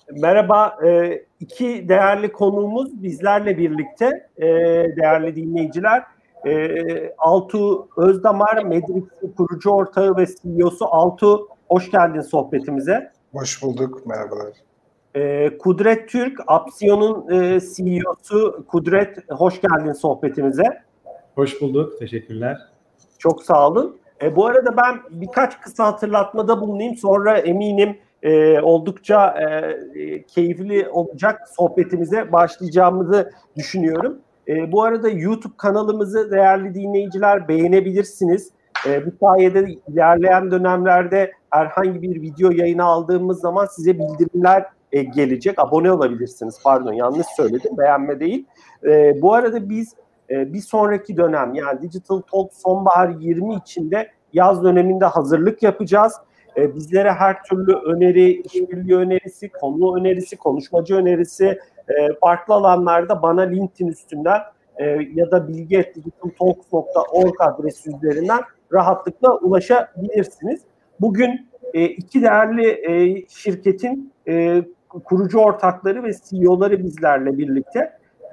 Merhaba, iki değerli konuğumuz bizlerle birlikte, değerli dinleyiciler. Altuğ Özdamar, Medrix'in kurucu ortağı ve CEO'su. Altuğ, hoş geldin sohbetimize. Hoş bulduk, merhabalar. Kudret Türk, Apsiyon'un CEO'su. Kudret, hoş geldin sohbetimize. Hoş bulduk, teşekkürler. Çok sağ olun. Bu arada ben birkaç kısa hatırlatmada bulunayım, sonra eminim oldukça keyifli olacak sohbetimize başlayacağımızı düşünüyorum. Bu arada YouTube kanalımızı değerli dinleyiciler beğenebilirsiniz. Bu sayede ilerleyen dönemlerde herhangi bir video yayını aldığımız zaman size bildirimler gelecek. Abone olabilirsiniz. Pardon, yanlış söyledim. Beğenme değil. Bu arada biz bir sonraki dönem, yani Digital Talk Sonbahar 20 içinde yaz döneminde hazırlık yapacağız. Bizlere her türlü öneri, işbirliği önerisi, konu önerisi, konuşmacı önerisi farklı alanlarda bana LinkedIn üstünden ya da bilgi@digitaltalks.org adresi üzerinden rahatlıkla ulaşabilirsiniz. Bugün iki değerli şirketin kurucu ortakları ve CEO'ları bizlerle birlikte.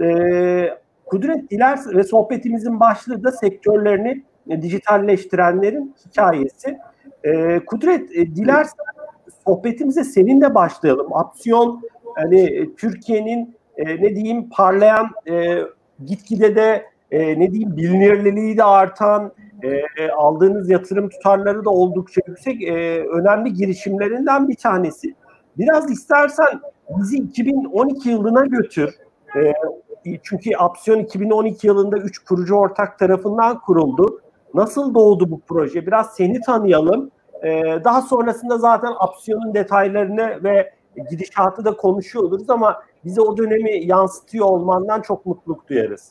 Kudret, dilersen ve sohbetimizin başlığı da sektörlerini dijitalleştirenlerin hikayesi. Kudret, dilersen sohbetimize seninle başlayalım. Apsiyon, hani Türkiye'nin ne diyeyim parlayan, gitgide de ne diyeyim bilinirliliği de artan, aldığınız yatırım tutarları da oldukça yüksek, önemli girişimlerinden bir tanesi. Biraz istersen bizi 2012 yılına götür. Çünkü Apsiyon 2012 yılında 3 kurucu ortak tarafından kuruldu. Nasıl doğdu bu proje? Biraz seni tanıyalım. Daha sonrasında zaten Apsiyon'un detaylarını ve gidişatı da konuşuyor oluruz ama bize o dönemi yansıtıyor olmandan çok mutluluk duyarız.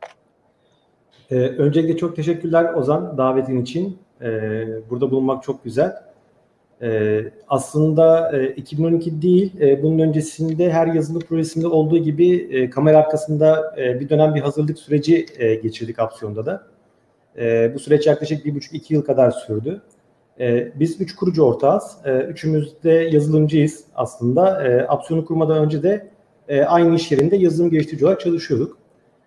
Öncelikle çok teşekkürler Ozan davetin için. Burada bulunmak çok güzel. Aslında 2012 değil, bunun öncesinde her yazılı projesinde olduğu gibi kamera arkasında bir dönem bir hazırlık süreci geçirdik Apsiyon'da da. Bu süreç yaklaşık 1,5-2 yıl kadar sürdü. Biz 3 kurucu ortağız. Üçümüz de yazılımcıyız aslında. Apsiyon'u kurmadan önce de aynı iş yerinde yazılım geliştirici olarak çalışıyorduk.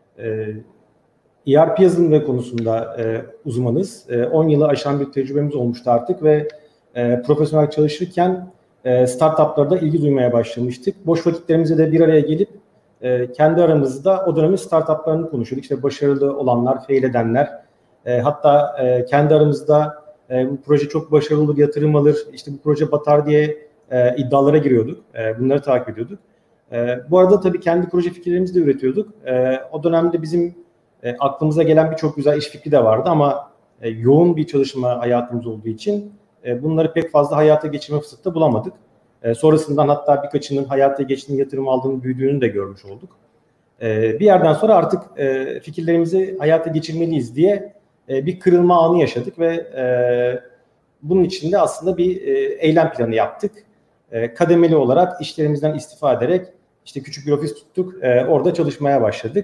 ERP yazılımları konusunda uzmanız. 10 yılı aşan bir tecrübemiz olmuştu artık ve profesyonel çalışırken startuplarda ilgi duymaya başlamıştık. Boş vakitlerimizde de bir araya gelip kendi aramızda o dönemin startuplarını konuşuyorduk. İşte başarılı olanlar, fail edenler. Hatta kendi aramızda bu proje çok başarılı olur, yatırım alır, işte bu proje batar diye iddialara giriyorduk. Bunları takip ediyorduk. Bu arada tabii kendi proje fikirlerimizi de üretiyorduk. O dönemde bizim aklımıza gelen birçok güzel iş fikri de vardı ama yoğun bir çalışma hayatımız olduğu için bunları pek fazla hayata geçirme fırsatı da bulamadık. Sonrasından hatta birkaçının hayata geçtiğini, yatırım aldığını, büyüdüğünü de görmüş olduk. Bir yerden sonra artık fikirlerimizi hayata geçirmeliyiz diye bir kırılma anı yaşadık ve bunun için de aslında bir eylem planı yaptık. Kademeli olarak işlerimizden istifa ederek işte küçük bir ofis tuttuk, orada çalışmaya başladık.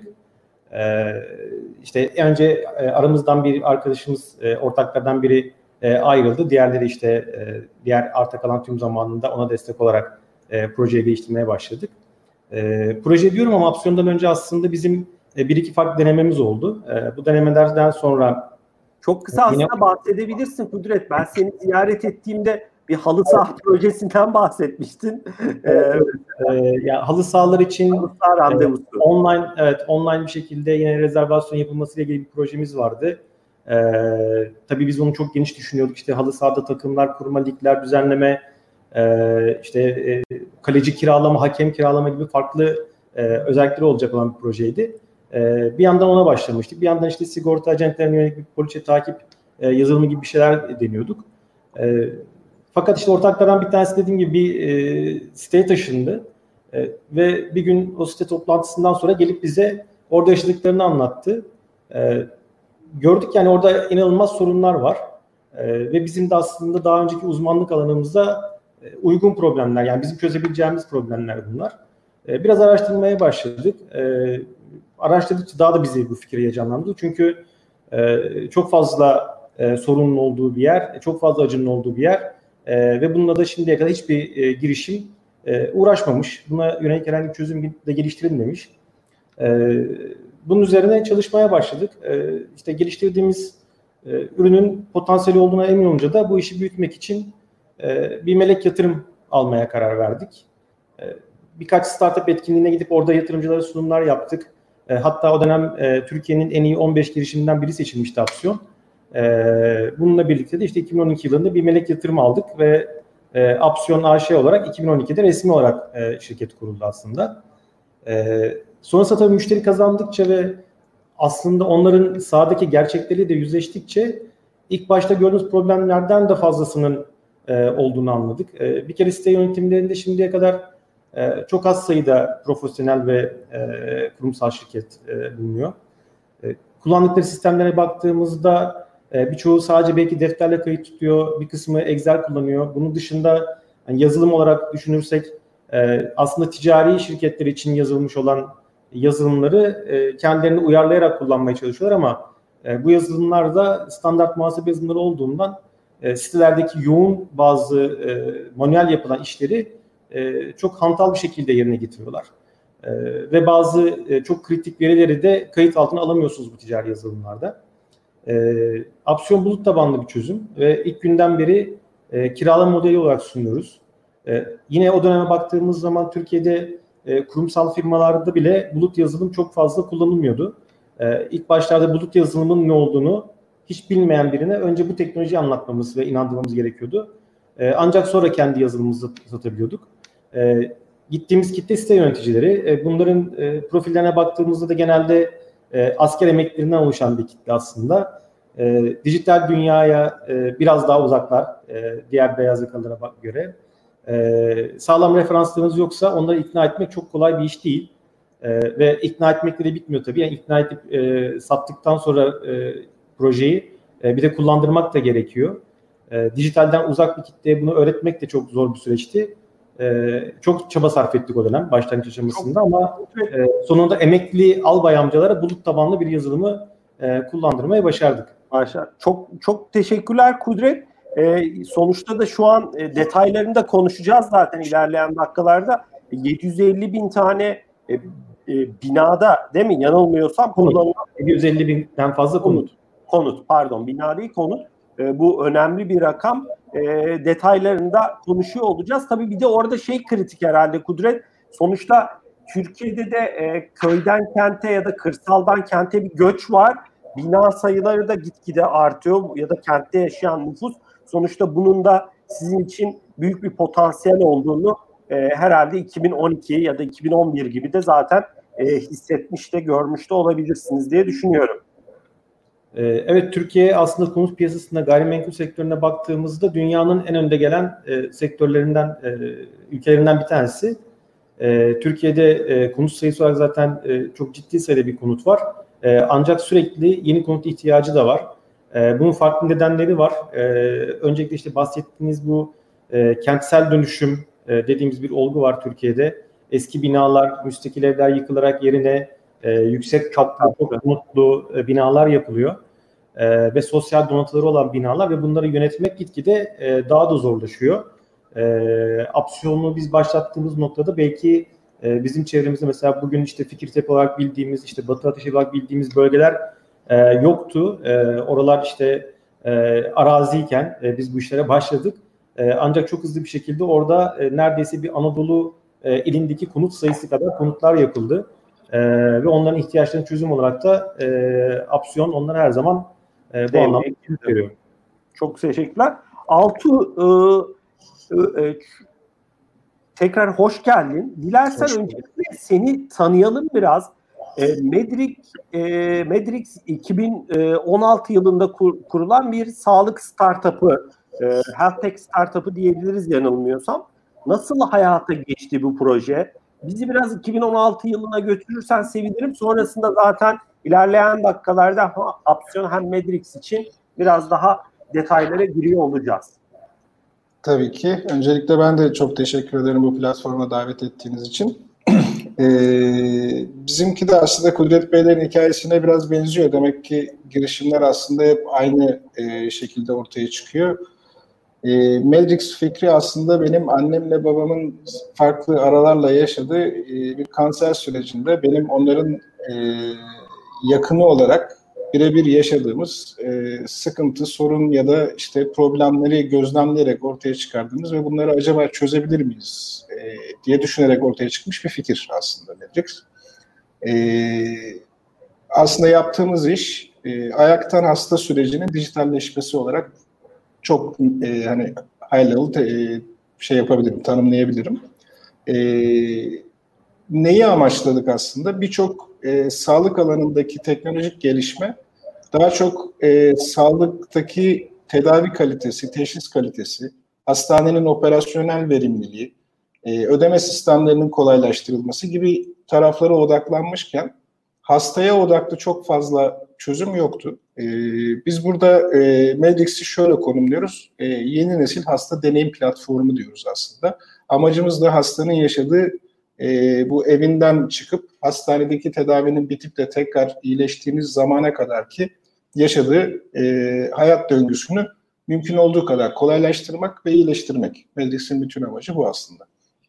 İşte önce aramızdan bir arkadaşımız, ortaklardan biri ayrıldı. Diğerleri işte diğer arta kalan tüm zamanında ona destek olarak projeyi geliştirmeye başladık. Proje diyorum ama Apsiyon'dan önce aslında bizim bir iki farklı denememiz oldu. Bu denemelerden sonra çok kısa aslında bahsedebilirsin Kudret. Ben seni ziyaret ettiğimde bir halı saha projesinden bahsetmiştin. Ya halı sahalar için online bir şekilde yine rezervasyon yapılması ile ilgili bir projemiz vardı. Tabii biz onu çok geniş düşünüyorduk. İşte halı sahada takımlar kurma, ligler düzenleme, kaleci kiralama, hakem kiralama gibi farklı özellikleri olacak olan bir projeydi. Bir yandan ona başlamıştık. Bir yandan işte sigorta acentlerine yönelik bir poliçe takip yazılımı gibi bir şeyler deniyorduk. Fakat işte ortaklardan bir tanesi dediğim gibi bir siteye taşındı. Ve bir gün o site toplantısından sonra gelip bize orada yaşadıklarını anlattı. Gördük yani orada inanılmaz sorunlar var. Ve bizim de aslında daha önceki uzmanlık alanımıza uygun problemler, yani bizim çözebileceğimiz problemler bunlar. Biraz araştırmaya başladık. Araştırdıkça daha da bizi bu fikir heyecanlandırdı. Çünkü çok fazla sorunun olduğu bir yer, çok fazla acının olduğu bir yer ve bununla da şimdiye kadar hiçbir girişim uğraşmamış. Buna yönelik herhangi bir çözüm de geliştirilmemiş. Bunun üzerine çalışmaya başladık. İşte geliştirdiğimiz ürünün potansiyeli olduğuna emin olunca da bu işi büyütmek için bir melek yatırım almaya karar verdik. Birkaç startup etkinliğine gidip orada yatırımcılara sunumlar yaptık. Hatta o dönem Türkiye'nin en iyi 15 girişiminden biri seçilmişti Apsiyon. Bununla birlikte de işte 2012 yılında bir melek yatırım aldık ve Apsiyon AŞ olarak 2012'de resmi olarak şirket kuruldu aslında. Sonrasında tabii müşteri kazandıkça ve aslında onların sahadaki gerçekleriyle de yüzleştikçe ilk başta gördüğümüz problemlerden de fazlasının olduğunu anladık. Bir kere site yönetimlerinde şimdiye kadar çok az sayıda profesyonel ve kurumsal şirket bulunuyor. Kullandıkları sistemlere baktığımızda birçoğu sadece belki defterle kayıt tutuyor, bir kısmı Excel kullanıyor. Bunun dışında yani yazılım olarak düşünürsek aslında ticari şirketler için yazılmış olan yazılımları kendilerini uyarlayarak kullanmaya çalışıyorlar ama bu yazılımlar da standart muhasebe yazılımları olduğundan sitelerdeki yoğun bazı manuel yapılan işleri çok hantal bir şekilde yerine getiriyorlar. Ve bazı çok kritik verileri de kayıt altına alamıyorsunuz bu ticari yazılımlarda. Apsiyon bulut tabanlı bir çözüm ve ilk günden beri kiralama modeli olarak sunuyoruz. Yine o döneme baktığımız zaman Türkiye'de kurumsal firmalarda bile bulut yazılım çok fazla kullanılmıyordu. İlk başlarda bulut yazılımın ne olduğunu hiç bilmeyen birine önce bu teknolojiyi anlatmamız ve inandırmamız gerekiyordu. Ancak sonra kendi yazılımımızı satabiliyorduk. Gittiğimiz kitle site yöneticileri. Bunların profillerine baktığımızda da genelde asker emeklerinden oluşan bir kitle aslında. Dijital dünyaya biraz daha uzaklar diğer beyaz yakalılara göre. Sağlam referanslarınız yoksa onları ikna etmek çok kolay bir iş değil. Ve ikna etmekle de bitmiyor tabii. Yani ikna edip sattıktan sonra projeyi bir de kullandırmak da gerekiyor. Dijitalden uzak bir kitleye bunu öğretmek de çok zor bir süreçti. Çok çaba sarf ettik o dönem başlangıç aşamasında ama sonunda emekli albay amcalara bulut tabanlı bir yazılımı kullandırmayı başardık. Çok teşekkürler Kudret. Sonuçta da şu an detaylarını da konuşacağız zaten ilerleyen dakikalarda. 750 bin tane binada değil mi? Yanılmıyorsam kullanılan 750 binden fazla konut. Pardon, bina değil konut. Bu önemli bir rakam. Detaylarında konuşuyor olacağız. Tabii bir de orada kritik herhalde Kudret. Sonuçta Türkiye'de de köyden kente ya da kırsaldan kente bir göç var. Bina sayıları da gitgide artıyor ya da kentte yaşayan nüfus. Sonuçta bunun da sizin için büyük bir potansiyel olduğunu herhalde 2012 ya da 2011 gibi de zaten hissetmiş de görmüş de olabilirsiniz diye düşünüyorum. Evet, Türkiye aslında konut piyasasında gayrimenkul sektörüne baktığımızda dünyanın en önde gelen sektörlerinden, ülkelerinden bir tanesi. Türkiye'de konut sayısı olarak zaten çok ciddi sayıda bir konut var. Ancak sürekli yeni konut ihtiyacı da var. Bunun farklı nedenleri var. Öncelikle işte bahsettiğiniz bu kentsel dönüşüm dediğimiz bir olgu var Türkiye'de. Eski binalar, müstakil evler yıkılarak yerine yüksek katlı, çok konutlu binalar yapılıyor. Ve sosyal donatıları olan binalar ve bunları yönetmek gitgide daha da zorlaşıyor. Apsiyonu biz başlattığımız noktada belki bizim çevremizde mesela bugün işte Fikirtepe olarak bildiğimiz, işte Batı Ateşi olarak bildiğimiz bölgeler yoktu. Oralar işte araziyken biz bu işlere başladık. Ancak çok hızlı bir şekilde orada neredeyse bir Anadolu ilindeki konut sayısı kadar konutlar yapıldı. Ve onların ihtiyaçlarını çözüm olarak da Apsiyon onlara her zaman bu anlamda veriyor. Çok teşekkürler. Altuğ, tekrar hoş geldin. Dilersen öncelikle seni tanıyalım biraz. Medrix 2016 yılında kurulan bir sağlık startup'ı, health tech startup'ı diyebiliriz yanılmıyorsam. Nasıl hayata geçti bu proje? Bizi biraz 2016 yılına götürürsen sevinirim. Sonrasında zaten ilerleyen dakikalarda hem Apsiyon hem Medrix için biraz daha detaylara giriyor olacağız. Tabii ki. Öncelikle ben de çok teşekkür ederim bu platforma davet ettiğiniz için. Bizimki de aslında Kudret Beylerin hikayesine biraz benziyor. Demek ki girişimler aslında hep aynı şekilde ortaya çıkıyor. Meldix fikri aslında benim annemle babamın farklı aralarla yaşadığı bir kanser sürecinde benim onların yakını olarak birebir yaşadığımız sıkıntı, sorun ya da işte problemleri gözlemleyerek ortaya çıkardığımız ve bunları acaba çözebilir miyiz diye düşünerek ortaya çıkmış bir fikir aslında Meldix. Aslında yaptığımız iş ayaktan hasta sürecinin dijitalleşmesi olarak çok hani high level şey yapabilirim, tanımlayabilirim. Neyi amaçladık aslında? Birçok sağlık alanındaki teknolojik gelişme daha çok sağlıktaki tedavi kalitesi, teşhis kalitesi, hastanenin operasyonel verimliliği, ödeme sistemlerinin kolaylaştırılması gibi taraflara odaklanmışken hastaya odaklı çok fazla çözüm yoktu. Biz burada Meldix'i şöyle konumluyoruz. Yeni nesil hasta deneyim platformu diyoruz aslında. Amacımız da hastanın yaşadığı bu evinden çıkıp hastanedeki tedavinin bitip de tekrar iyileştiğimiz zamana kadar ki yaşadığı hayat döngüsünü mümkün olduğu kadar kolaylaştırmak ve iyileştirmek. Meldix'in bütün amacı bu aslında.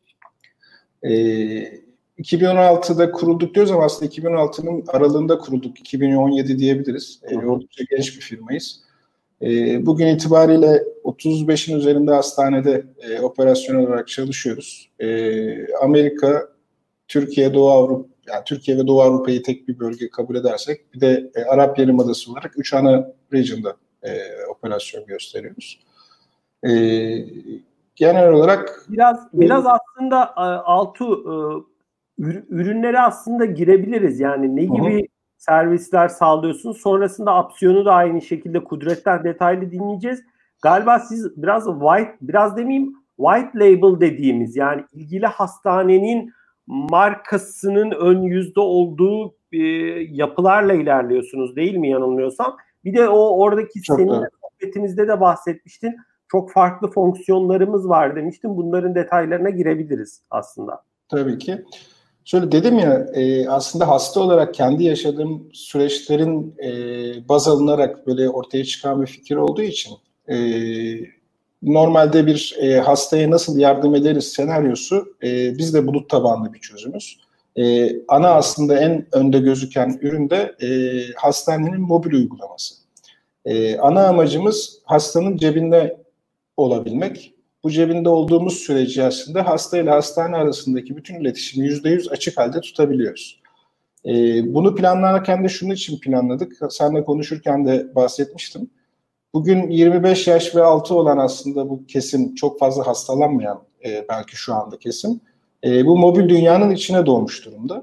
2016'da kurulduk diyoruz ama aslında 2016'nın aralığında kurulduk. 2017 diyebiliriz. Oldukça genç bir firmayız. Bugün itibariyle 35'in üzerinde hastanede operasyonel olarak çalışıyoruz. Amerika, Türkiye, Doğu Avrupa, yani Türkiye ve Doğu Avrupa'yı tek bir bölge kabul edersek bir de Arap Yarımadası olarak 3 ana region'da operasyon gösteriyoruz. Genel olarak biraz aslında Altuğ ürünlere aslında girebiliriz. Yani ne gibi servisler sağlıyorsun? Sonrasında opsiyonu da aynı şekilde Kudret'ten detaylı dinleyeceğiz. Galiba siz biraz demeyeyim white label dediğimiz, yani ilgili hastanenin markasının ön yüzde olduğu yapılarla ilerliyorsunuz değil mi yanılmıyorsam? Bir de oradaki senin sohbetimizde de bahsetmiştin. Çok farklı fonksiyonlarımız var demiştim. Bunların detaylarına girebiliriz aslında. Tabii ki. Şöyle dedim ya, aslında hasta olarak kendi yaşadığım süreçlerin baz alınarak böyle ortaya çıkan bir fikir olduğu için normalde bir hastaya nasıl yardım ederiz senaryosu bizde bulut tabanlı bir çözümüz. Ana aslında en önde gözüken ürün de hastanenin mobil uygulaması. Ana amacımız hastanın cebinde olabilmek. Bu cebinde olduğumuz süreci aslında hasta ile hastane arasındaki bütün iletişimi %100 açık halde tutabiliyoruz. Bunu planlarken de şunun için planladık. Seninle konuşurken de bahsetmiştim. Bugün 25 yaş ve altı olan aslında bu kesim, çok fazla hastalanmayan belki şu anda kesim, bu mobil dünyanın içine doğmuş durumda.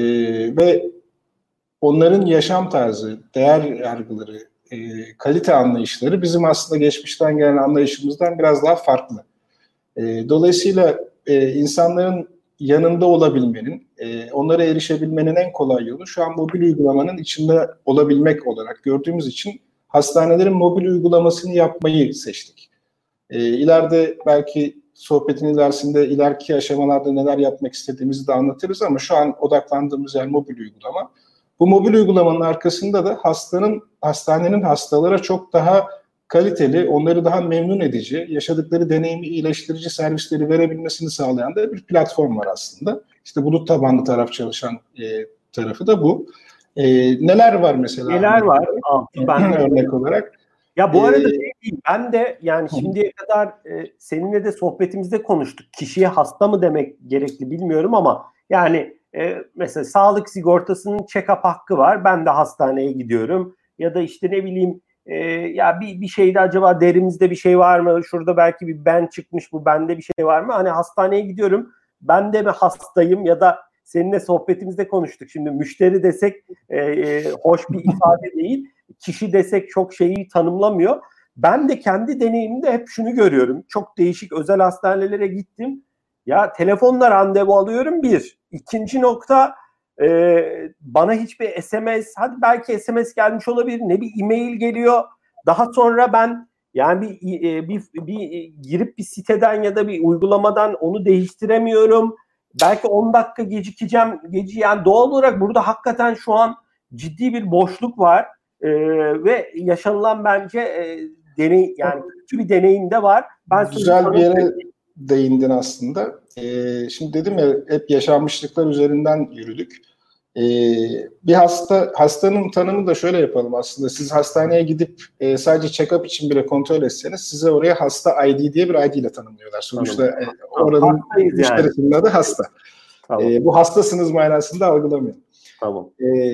Ve onların yaşam tarzı, değer yargıları, kalite anlayışları bizim aslında geçmişten gelen anlayışımızdan biraz daha farklı. Dolayısıyla insanların yanında olabilmenin, onlara erişebilmenin en kolay yolu şu an mobil uygulamanın içinde olabilmek olarak gördüğümüz için hastanelerin mobil uygulamasını yapmayı seçtik. İleride belki sohbetin ilerisinde ileriki aşamalarda neler yapmak istediğimizi de anlatırız ama şu an odaklandığımız yer mobil uygulama. Bu mobil uygulamanın arkasında da hastanenin hastalara çok daha kaliteli, onları daha memnun edici, yaşadıkları deneyimi iyileştirici servisleri verebilmesini sağlayan da bir platform var aslında. İşte bulut tabanlı taraf çalışan tarafı da bu. Neler var mesela? Neler var? Ben örnek olarak. Ya bu arada ben de yani şimdiye kadar seninle de sohbetimizde konuştuk. Kişiye hasta mı demek gerekli bilmiyorum ama yani mesela sağlık sigortasının check-up hakkı var. Ben de hastaneye gidiyorum. Ya da işte ne bileyim ya bir şeyde acaba derimizde bir şey var mı? Şurada belki bir ben çıkmış, bu bende bir şey var mı? Hani hastaneye gidiyorum. Ben de mi hastayım ya da seninle sohbetimizde konuştuk. Şimdi müşteri desek hoş bir ifade değil. Kişi desek çok şeyi tanımlamıyor. Ben de kendi deneyimimde hep şunu görüyorum. Çok değişik özel hastanelere gittim. Ya telefonla randevu alıyorum bir. İkinci nokta bana hiçbir SMS, hadi belki SMS gelmiş olabilir, ne bir e-mail geliyor. Daha sonra ben yani bir girip bir siteden ya da bir uygulamadan onu değiştiremiyorum. Belki 10 dakika gecikeceğim. Yani doğal olarak burada hakikaten şu an ciddi bir boşluk var ve yaşanılan bence deney, yani kötü bir deneyim de var. Ben güzel bir yere değindin aslında. Şimdi dedim ya, hep yaşanmışlıklar üzerinden yürüdük. Bir hastanın tanımı da şöyle yapalım aslında. Siz hastaneye gidip sadece check-up için bile kontrol etseniz size oraya hasta ID diye bir ID ile tanımlıyorlar. Sonuçta oranın müşterisinin adı hasta. Tamam. Bu hastasınız manasında algılamıyor. Tamam.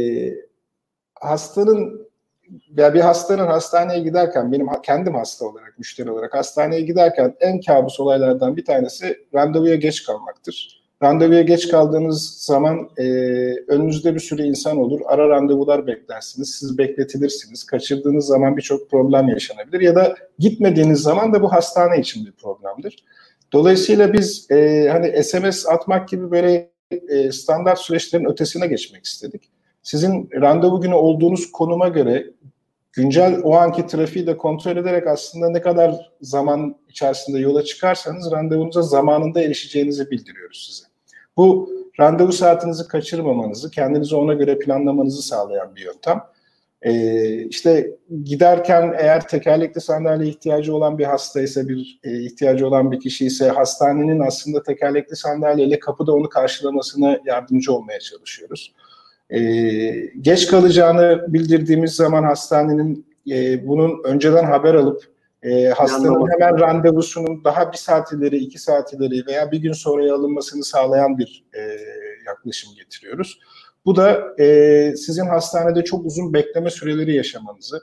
Bir hastanın hastaneye giderken, benim kendim hasta olarak, müşteri olarak hastaneye giderken en kabus olaylardan bir tanesi randevuya geç kalmaktır. Randevuya geç kaldığınız zaman önünüzde bir sürü insan olur. Ara randevular beklersiniz. Siz bekletilirsiniz. Kaçırdığınız zaman birçok problem yaşanabilir. Ya da gitmediğiniz zaman da bu hastane için bir problemdir. Dolayısıyla biz hani SMS atmak gibi böyle standart süreçlerin ötesine geçmek istedik. Sizin randevu günü olduğunuz konuma göre güncel o anki trafiği de kontrol ederek aslında ne kadar zaman içerisinde yola çıkarsanız randevunuza zamanında erişeceğinizi bildiriyoruz size. Bu randevu saatinizi kaçırmamanızı, kendinizi ona göre planlamanızı sağlayan bir yöntem. İşte giderken eğer tekerlekli sandalye ihtiyacı olan bir hastaysa, ihtiyacı olan bir kişi ise hastanenin aslında tekerlekli sandalyeyle kapıda onu karşılamasına yardımcı olmaya çalışıyoruz. Geç kalacağını bildirdiğimiz zaman hastanenin bunun önceden haber alıp hastanın hemen randevusunun daha 1 saat ileri, 2 saat ileri veya bir gün sonraya alınmasını sağlayan bir yaklaşım getiriyoruz. Bu da sizin hastanede çok uzun bekleme süreleri yaşamanızı,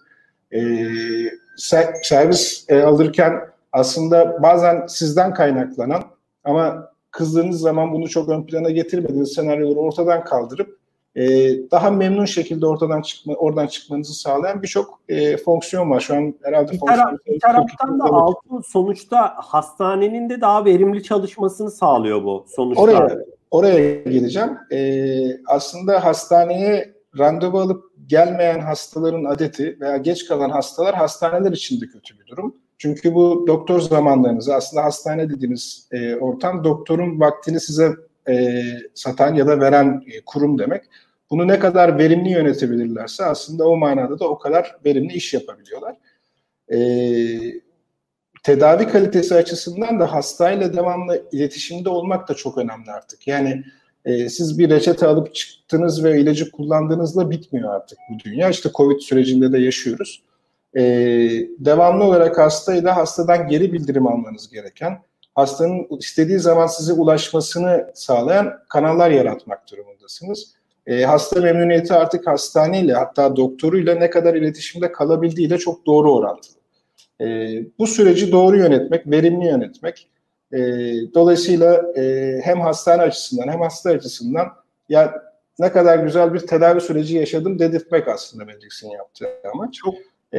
servis alırken aslında bazen sizden kaynaklanan ama kızdığınız zaman bunu çok ön plana getirmediğiniz senaryoları ortadan kaldırıp daha memnun şekilde oradan çıkmanızı sağlayan birçok fonksiyon var. Şu an herhalde bir taraftan da altın sonuçta hastanenin de daha verimli çalışmasını sağlıyor bu sonuçta. Oraya geleceğim. Aslında hastaneye randevu alıp gelmeyen hastaların adeti veya geç kalan hastalar hastaneler için de kötü bir durum. Çünkü bu doktor zamanlarınızı, aslında hastane dediğiniz ortam doktorun vaktini size satan ya da veren kurum demek. Bunu ne kadar verimli yönetebilirlerse aslında o manada da o kadar verimli iş yapabiliyorlar. Tedavi kalitesi açısından da hastayla devamlı iletişimde olmak da çok önemli artık. Yani siz bir reçete alıp çıktınız ve ilacı kullandığınızla bitmiyor artık bu dünya. İşte Covid sürecinde de yaşıyoruz. Devamlı olarak hastayla hastadan geri bildirim almanız gereken, hastanın istediği zaman size ulaşmasını sağlayan kanallar yaratmak durumundasınız. Hasta memnuniyeti artık hastaneyle, hatta doktoruyla ne kadar iletişimde kalabildiğiyle çok doğru orantılı. Bu süreci doğru yönetmek, verimli yönetmek. Dolayısıyla hem hastane açısından hem hasta açısından ya ne kadar güzel bir tedavi süreci yaşadım dedirtmek aslında Medrix'in yaptığı amaç. Çok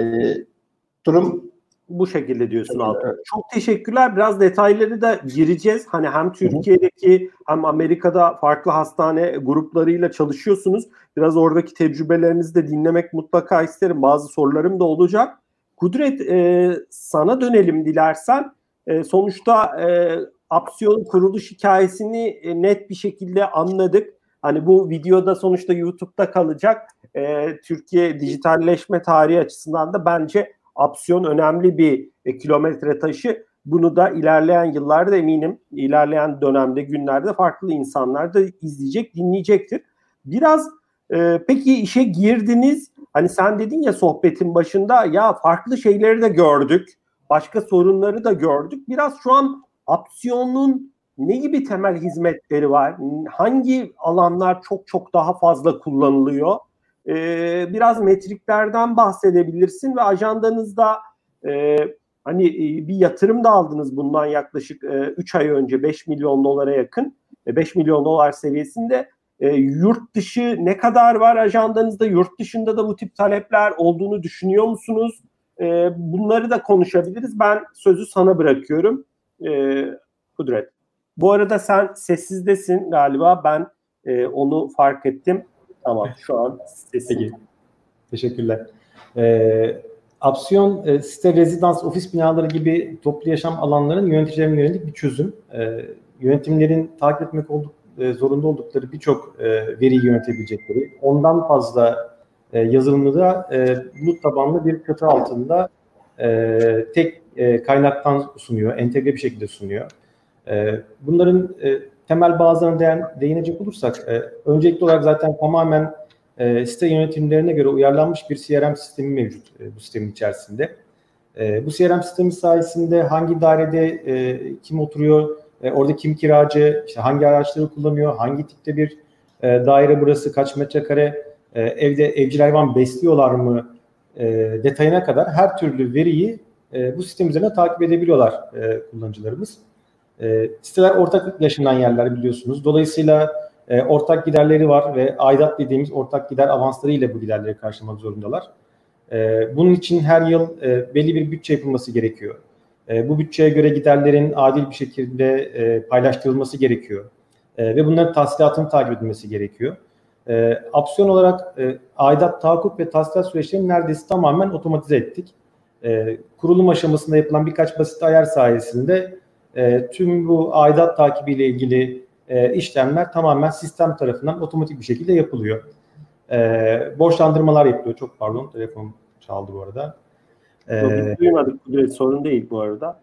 durum bu şekilde diyorsun Altun. Evet. Çok teşekkürler. Biraz detayları da gireceğiz. Hani hem Türkiye'deki hem Amerika'da farklı hastane gruplarıyla çalışıyorsunuz. Biraz oradaki tecrübelerinizi de dinlemek mutlaka isterim. Bazı sorularım da olacak. Kudret, sana dönelim dilersen. Sonuçta Apsiyon kuruluş hikayesini net bir şekilde anladık. Hani bu videoda sonuçta YouTube'da kalacak. Türkiye dijitalleşme tarihi açısından da bence Apsiyon önemli bir kilometre taşı. Bunu da ilerleyen yıllarda eminim, ilerleyen dönemde, günlerde farklı insanlar da izleyecek, dinleyecektir. Biraz peki işe girdiniz. Hani sen dedin ya sohbetin başında, ya farklı şeyleri de gördük. Başka sorunları da gördük. Biraz şu an Apsiyon'un ne gibi temel hizmetleri var? Hangi alanlar çok daha fazla kullanılıyor? Biraz metriklerden bahsedebilirsin ve ajandanızda hani bir yatırım da aldınız bundan yaklaşık 3 ay önce 5 milyon dolara yakın, 5 milyon dolar seviyesinde. Yurt dışı ne kadar var ajandanızda? Yurt dışında da bu tip talepler olduğunu düşünüyor musunuz? Bunları da konuşabiliriz. Ben sözü sana bırakıyorum. Kudret. Bu arada sen sessizdesin galiba. Ben onu fark ettim. Tamam, şu an sessiz. Teşekkürler. Apsiyon site, rezidans, ofis binaları gibi toplu yaşam alanların yöneticilerine yönelik bir çözüm. Yönetimlerin takip etmek zorunda oldukları birçok veriyi yönetebilecekleri, ondan fazla yazılımı da bulut tabanlı bir çatı altında tek kaynaktan sunuyor, entegre bir şekilde sunuyor. Bunların temel bazılarına değinecek olursak, öncelikli olarak zaten tamamen site yönetimlerine göre uyarlanmış bir CRM sistemi mevcut bu sistemin içerisinde. Bu CRM sistemi sayesinde hangi dairede kim oturuyor, orada kim kiracı, işte hangi araçları kullanıyor, hangi tipte bir daire burası, kaç metrekare, evde evcil hayvan besliyorlar mı detayına kadar her türlü veriyi bu sistem üzerine takip edebiliyorlar kullanıcılarımız. Siteler ortak yaşanan yerler biliyorsunuz. Dolayısıyla ortak giderleri var ve aidat dediğimiz ortak gider avansları ile bu giderleri karşılamak zorundalar. Bunun için her yıl belli bir bütçe yapılması gerekiyor. Bu bütçeye göre giderlerin adil bir şekilde paylaştırılması gerekiyor. Ve bunların tahsilatının takip edilmesi gerekiyor. Opsiyon olarak aidat, tahakkuk ve tahsilat süreçlerini neredeyse tamamen otomatize ettik. Kurulum aşamasında yapılan birkaç basit ayar sayesinde tüm bu aidat takibiyle ilgili işlemler tamamen sistem tarafından otomatik bir şekilde yapılıyor. Borçlandırmalar yapılıyor. Çok pardon, telefon çaldı bu arada. Duymadık, sorun değil bu arada.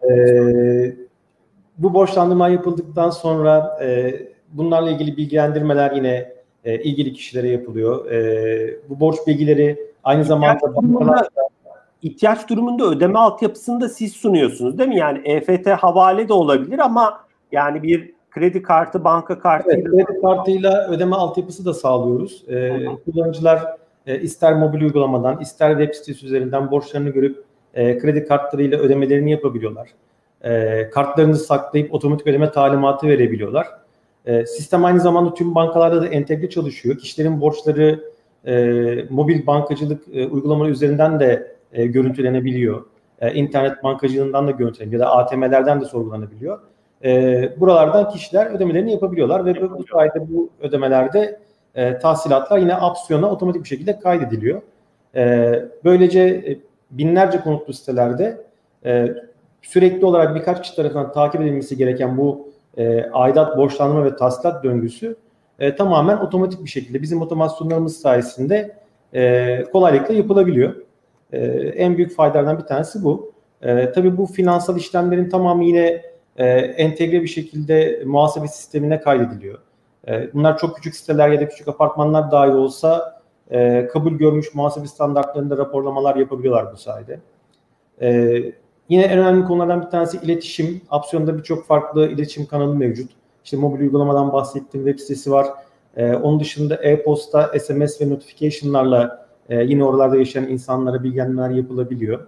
Bu borçlandırma yapıldıktan sonra bunlarla ilgili bilgilendirmeler yine ilgili kişilere yapılıyor. Bu borç bilgileri aynı zamanda ihtiyaç durumunda ödeme altyapısını da siz sunuyorsunuz değil mi? Yani EFT havale de olabilir ama yani bir kredi kartı, banka kartıyla... Evet, kredi kartıyla ödeme altyapısı da sağlıyoruz. Kullanıcılar ister mobil uygulamadan, ister web sitesi üzerinden borçlarını görüp kredi kartlarıyla ödemelerini yapabiliyorlar. Kartlarını saklayıp otomatik ödeme talimatı verebiliyorlar. Sistem aynı zamanda tüm bankalarda da entegre çalışıyor. Kişilerin borçları mobil bankacılık uygulamaları üzerinden de görüntülenebiliyor. İnternet bankacılığından da görüntülenebiliyor ya da ATM'lerden de sorgulanabiliyor. Buralardan kişiler ödemelerini yapabiliyorlar ve bu sayede bu ödemelerde tahsilatlar yine opsiyona otomatik bir şekilde kaydediliyor. Böylece binlerce konutlu sitelerde sürekli olarak birkaç kişi tarafından takip edilmesi gereken bu aidat, borçlanma ve tahsilat döngüsü tamamen otomatik bir şekilde bizim otomasyonlarımız sayesinde kolaylıkla yapılabiliyor. En büyük faydalardan bir tanesi bu. Tabii bu finansal işlemlerin tamamı yine entegre bir şekilde muhasebe sistemine kaydediliyor. Bunlar çok küçük siteler ya da küçük apartmanlar dahi olsa kabul görmüş muhasebe standartlarında raporlamalar yapabiliyorlar bu sayede. Yine en önemli konulardan bir tanesi iletişim. Opsiyonda birçok farklı iletişim kanalı mevcut. İşte mobil uygulamadan bahsettiğim web sitesi var. Onun dışında e-posta, SMS ve notification'larla yine oralarda yaşayan insanlara bilgilendirmeler yapılabiliyor.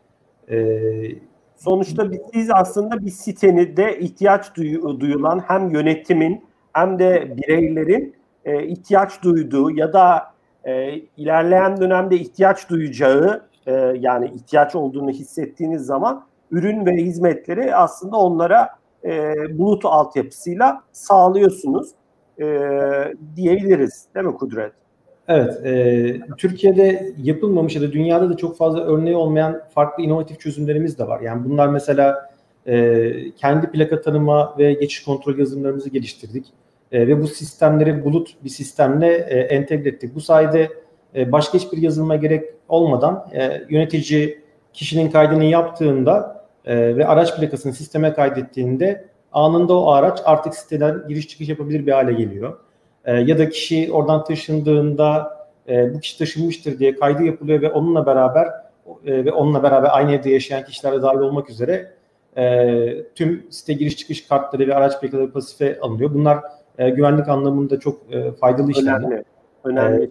Sonuçta siz aslında bir sitenin de ihtiyaç duyulan hem yönetimin hem de bireylerin ihtiyaç duyduğu ya da ilerleyen dönemde ihtiyaç duyacağı yani ihtiyaç olduğunu hissettiğiniz zaman ürün ve hizmetleri aslında onlara bulut altyapısıyla sağlıyorsunuz diyebiliriz. Değil mi Kudret? Evet. Türkiye'de yapılmamış ya da dünyada da çok fazla örneği olmayan farklı inovatif çözümlerimiz de var. Yani bunlar mesela kendi plaka tanıma ve geçiş kontrol yazılımlarımızı geliştirdik. Ve bu sistemleri bulut bir sistemle entegre ettik. Bu sayede başka hiçbir yazılıma gerek olmadan yönetici kişinin kaydını yaptığında ve araç plakasını sisteme kaydettiğinde anında o araç artık siteden giriş çıkış yapabilir bir hale geliyor. Ya da kişi oradan taşındığında bu kişi taşınmıştır diye kaydı yapılıyor ve onunla beraber aynı evde yaşayan kişiler de dahil olmak üzere tüm site giriş çıkış kartları ve araç plakaları pasife alınıyor. Bunlar güvenlik anlamında çok faydalı işlemler. Önemli.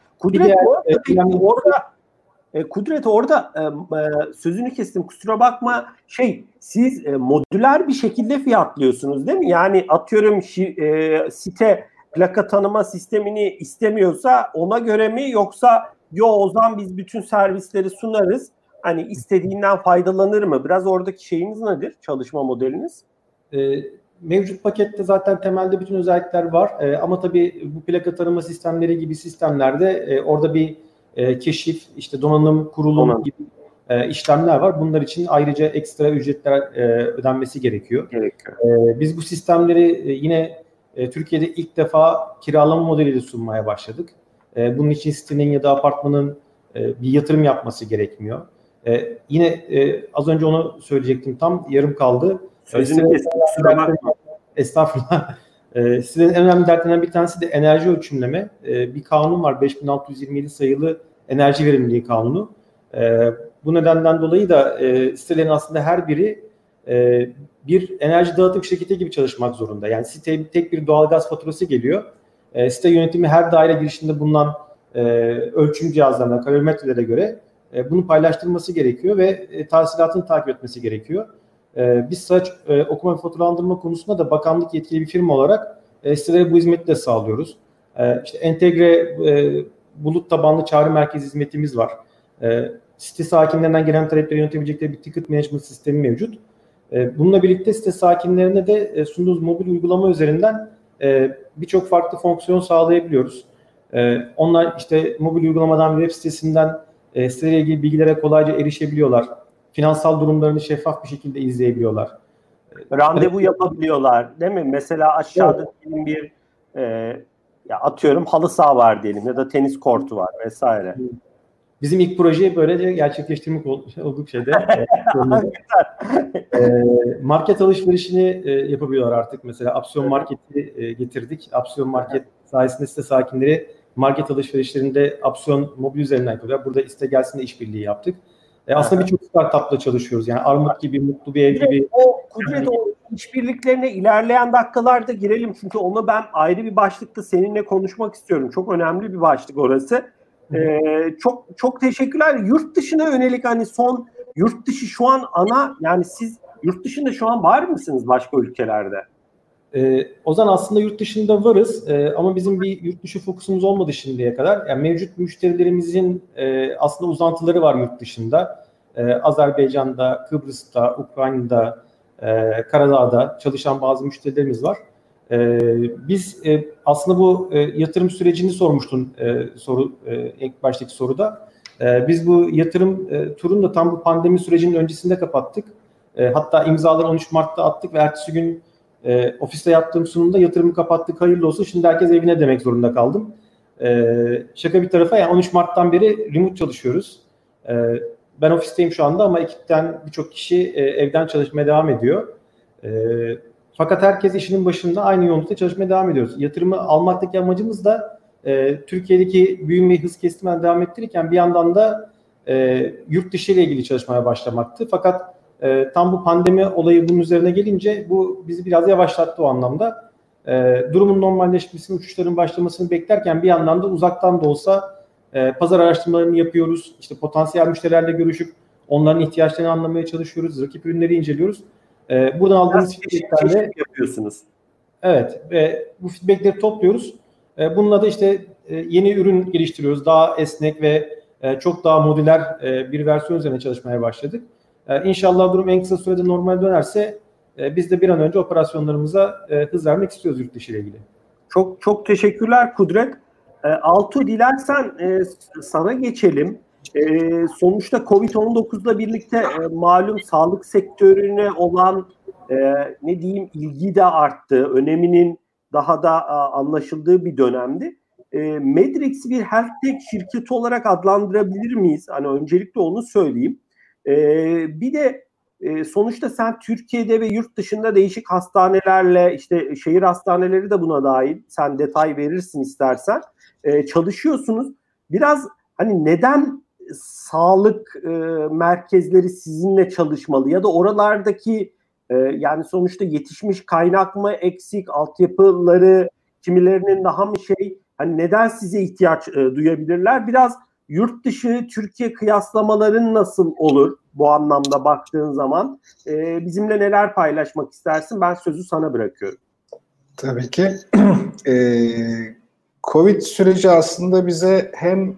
Kudret orada sözünü kestim, kusura bakma. Siz modüler bir şekilde fiyatlıyorsunuz değil mi? Yani atıyorum site plaka tanıma sistemini istemiyorsa ona göre mi, yoksa o zaman biz bütün servisleri sunarız, hani istediğinden faydalanır mı? Biraz oradaki şeyiniz nedir? Çalışma modeliniz? Mevcut pakette zaten temelde bütün özellikler var. Ama tabii bu plaka tanıma sistemleri gibi sistemlerde orada bir keşif, işte donanım, kurulum gibi işlemler var. Bunlar için ayrıca ekstra ücretler ödenmesi gerekiyor. Biz bu sistemleri yine Türkiye'de ilk defa kiralama modeliyle sunmaya başladık. Bunun için sitenin ya da apartmanın bir yatırım yapması gerekmiyor. Yine az önce onu söyleyecektim, tam yarım kaldı. Sözünü kestim, kusura bakma. Estağfurullah. Sizin en önemli dertlerinden bir tanesi de enerji ölçümleme. Bir kanun var, 5627 sayılı enerji verimliliği kanunu. Bu nedenden dolayı da sitelerin aslında her biri bir enerji dağıtım şirketi gibi çalışmak zorunda. Yani siteye tek bir doğalgaz faturası geliyor. Site yönetimi her daire girişinde bulunan ölçüm cihazlarına, kalorimetrelere göre bunu paylaştırması gerekiyor ve tahsilatını takip etmesi gerekiyor. Biz saç okuma ve faturalandırma konusunda da bakanlık yetkili bir firma olarak sitelere bu hizmeti de sağlıyoruz. İşte entegre bulut tabanlı çağrı merkezi hizmetimiz var. Site sakinlerinden gelen talepleri yönetebilecekleri bir ticket management sistemi mevcut. Bununla birlikte site sakinlerine de sunduğumuz mobil uygulama üzerinden birçok farklı fonksiyon sağlayabiliyoruz. Onlar işte mobil uygulamadan, web sitesinden siteyle ilgili bilgilere kolayca erişebiliyorlar. Finansal durumlarını şeffaf bir şekilde izleyebiliyorlar. Randevu yapabiliyorlar, değil mi? Mesela aşağıda evet, bir ya atıyorum halı saha var diyelim ya da tenis kortu var vesaire. Bizim ilk projeyi böylece gerçekleştirmek olduk şeyde. Market alışverişini yapabiliyorlar artık. Mesela Apsiyon Market'i getirdik. Apsiyon Market sayesinde site sakinleri market alışverişlerinde Apsiyon mobil üzerinden yapıyorlar. Burada iste gelsin de işbirliği yaptık. Aslında birçok startupla çalışıyoruz. Yani Armut gibi, Mutlu bir Ev gibi. Kudret, o işbirliklerine ilerleyen dakikalarda girelim. Çünkü onu ben ayrı bir başlıkta seninle konuşmak istiyorum. Çok önemli bir başlık orası. Çok teşekkürler. Yurt dışına yönelik hani son yurt dışı şu an ana, yani siz yurt dışında şu an var mısınız başka ülkelerde? Ozan, aslında yurt dışında varız ama bizim bir yurt dışı fokusumuz olmadı şimdiye kadar. Yani mevcut müşterilerimizin aslında uzantıları var yurt dışında. Azerbaycan'da, Kıbrıs'ta, Ukrayna'da, Karadağ'da çalışan bazı müşterilerimiz var. Biz aslında bu yatırım sürecini sormuştun ilk baştaki soruda. Biz bu yatırım turunu da tam bu pandemi sürecinin öncesinde kapattık. Hatta imzaları 13 Mart'ta attık ve ertesi gün ofiste yaptığım sunumda yatırımı kapattık, hayırlı olsun, şimdi herkes evine demek zorunda kaldım. Şaka bir tarafa, yani 13 Mart'tan beri remote çalışıyoruz. Ben ofisteyim şu anda ama ekipten birçok kişi evden çalışmaya devam ediyor. Fakat herkes işinin başında aynı yoğunlukta çalışmaya devam ediyoruz. Yatırımı almaktaki amacımız da Türkiye'deki büyümeyi hız kestirmeden devam ettirirken bir yandan da yurt dışı ile ilgili çalışmaya başlamaktı. Fakat tam bu pandemi olayı bunun üzerine gelince bu bizi biraz yavaşlattı o anlamda. Durumun normalleşmesini, uçuşların başlamasını beklerken bir yandan da uzaktan da olsa pazar araştırmalarını yapıyoruz. İşte potansiyel müşterilerle görüşüp onların ihtiyaçlarını anlamaya çalışıyoruz. Rakip ürünleri inceliyoruz. Buradan aldığımız feedbacklerle yapıyorsunuz. Evet, ve bu feedbackleri topluyoruz. Bununla da işte yeni ürün geliştiriyoruz. Daha esnek ve çok daha modüler bir versiyon üzerine çalışmaya başladık. İnşallah durum en kısa sürede normal dönerse biz de bir an önce operasyonlarımıza hız vermek istiyoruz yurt dışı ile ilgili. Çok teşekkürler Kudret. Altuğ, dilersen sana geçelim. Sonuçta Covid-19'la birlikte malum sağlık sektörüne olan ne diyeyim ilgi de arttı. Öneminin daha da anlaşıldığı bir dönemdi. Medrex'i bir health tech şirketi olarak adlandırabilir miyiz? Hani öncelikle onu söyleyeyim. Bir de sonuçta sen Türkiye'de ve yurt dışında değişik hastanelerle, işte şehir hastaneleri de buna dahil, sen detay verirsin istersen, çalışıyorsunuz. Biraz hani neden sağlık merkezleri sizinle çalışmalı ya da oralardaki yani sonuçta yetişmiş kaynak mı eksik, altyapıları kimilerinin daha mı hani neden size ihtiyaç duyabilirler? Biraz yurt dışı Türkiye kıyaslamaların nasıl olur bu anlamda baktığın zaman? Bizimle neler paylaşmak istersin? Ben sözü sana bırakıyorum. Tabii ki. Covid süreci aslında bize hem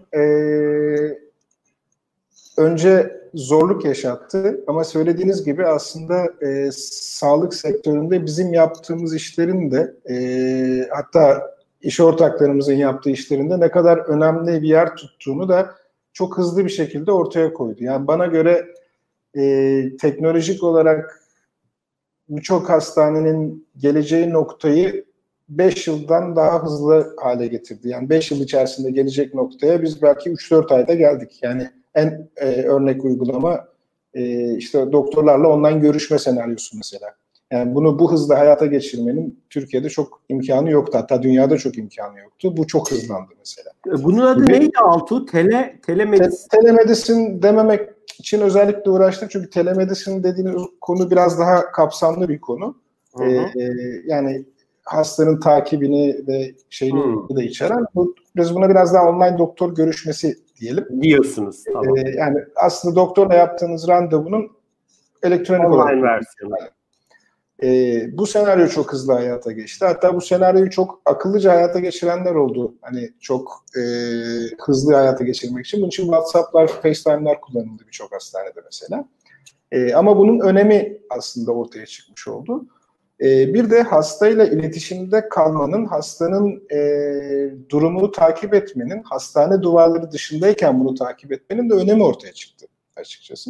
önce zorluk yaşattı ama söylediğiniz gibi aslında sağlık sektöründe bizim yaptığımız işlerin de hatta iş ortaklarımızın yaptığı işlerinde ne kadar önemli bir yer tuttuğunu da çok hızlı bir şekilde ortaya koydu. Yani bana göre teknolojik olarak birçok hastanenin geleceği noktayı 5 yıldan daha hızlı hale getirdi. Yani 5 yıl içerisinde gelecek noktaya biz belki 3-4 ayda geldik. Yani en örnek uygulama işte doktorlarla online görüşme senaryosu mesela. Yani bunu bu hızla hayata geçirmenin Türkiye'de çok imkanı yoktu. Hatta dünyada çok imkanı yoktu. Bu çok hızlandı mesela. Bunun adı neydi Altuğ? Telemedicine. Telemedicine dememek için özellikle uğraştık. Çünkü telemedicine dediğiniz konu biraz daha kapsamlı bir konu. Yani hastanın takibini ve şeyini de içeren. Biz buna biraz daha online doktor görüşmesi diyelim. Diyorsunuz. Tamam. Yani aslında doktorla yaptığınız randevunun elektronik online versiyonu. Bu senaryo çok hızlı hayata geçti. Hatta bu senaryoyu çok akıllıca hayata geçirenler oldu. Hani çok hızlı hayata geçirmek için. Bunun için WhatsApp'lar, FaceTime'lar kullanıldı birçok hastanede mesela. Ama bunun önemi aslında ortaya çıkmış oldu. Bir de hastayla iletişimde kalmanın, hastanın durumunu takip etmenin, hastane duvarları dışındayken bunu takip etmenin de önemi ortaya çıktı açıkçası.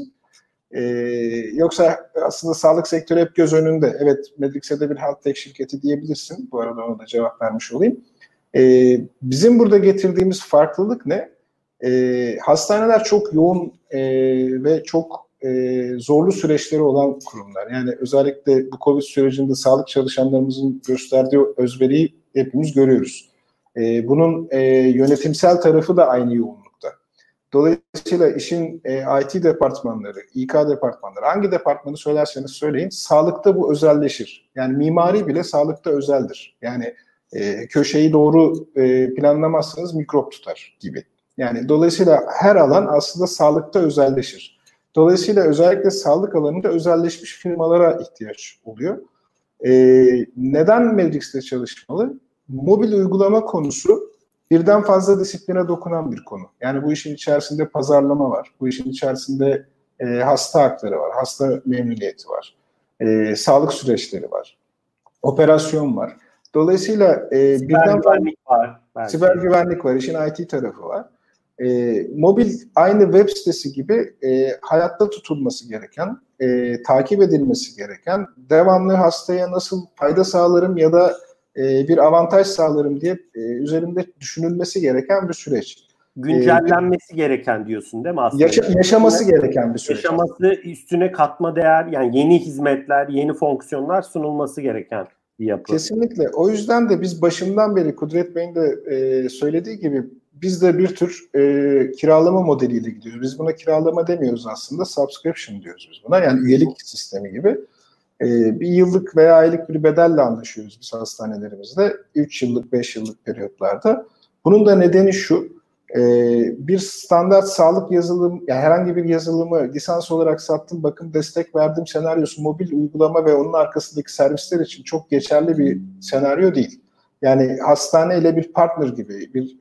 Yoksa aslında sağlık sektörü hep göz önünde. Evet, Medrix'e de bir health tech şirketi diyebilirsin. Bu arada ona da cevap vermiş olayım. Bizim burada getirdiğimiz farklılık ne? Hastaneler çok yoğun ve çok zorlu süreçleri olan kurumlar. Yani özellikle bu COVID sürecinde sağlık çalışanlarımızın gösterdiği özveriyi hepimiz görüyoruz. Bunun yönetimsel tarafı da aynı yoğunlukta. Dolayısıyla işin IT departmanları, İK departmanları, hangi departmanı söylerseniz söyleyin, sağlıkta bu özelleşir. Yani mimari bile sağlıkta özeldir. Yani köşeyi doğru planlamazsanız mikrop tutar gibi. Yani dolayısıyla her alan aslında sağlıkta özelleşir. Dolayısıyla özellikle sağlık alanında özelleşmiş firmalara ihtiyaç oluyor. Neden Medrix'te çalışmalı? Mobil uygulama konusu birden fazla disipline dokunan bir konu. Yani bu işin içerisinde pazarlama var. Bu işin içerisinde hasta hakları var. Hasta memnuniyeti var. Sağlık süreçleri var. Operasyon var. Dolayısıyla birden fazla siber güvenlik var. İşin IT tarafı var. Mobil aynı web sitesi gibi hayatta tutulması gereken, takip edilmesi gereken, devamlı hastaya nasıl fayda sağlarım ya da bir avantaj sağlarım diye üzerinde düşünülmesi gereken bir süreç. Güncellenmesi gereken diyorsun değil mi aslında? Yaşaması gereken bir süreç. Yaşaması, üstüne katma değer, yani yeni hizmetler, yeni fonksiyonlar sunulması gereken bir yapı. Kesinlikle. O yüzden de biz başından beri Kudret Bey'in de söylediği gibi biz de bir tür kiralama modeliyle gidiyoruz. Biz buna kiralama demiyoruz aslında, subscription diyoruz biz buna. Yani üyelik sistemi gibi. Bir yıllık veya aylık bir bedelle anlaşıyoruz biz hastanelerimizde. 3 yıllık, 5 yıllık periyotlarda. Bunun da nedeni şu, bir standart sağlık yazılımı, yani herhangi bir yazılımı lisans olarak sattım, bakın destek verdim senaryosu mobil uygulama ve onun arkasındaki servisler için çok geçerli bir senaryo değil. Yani hastaneyle bir partner gibi, bir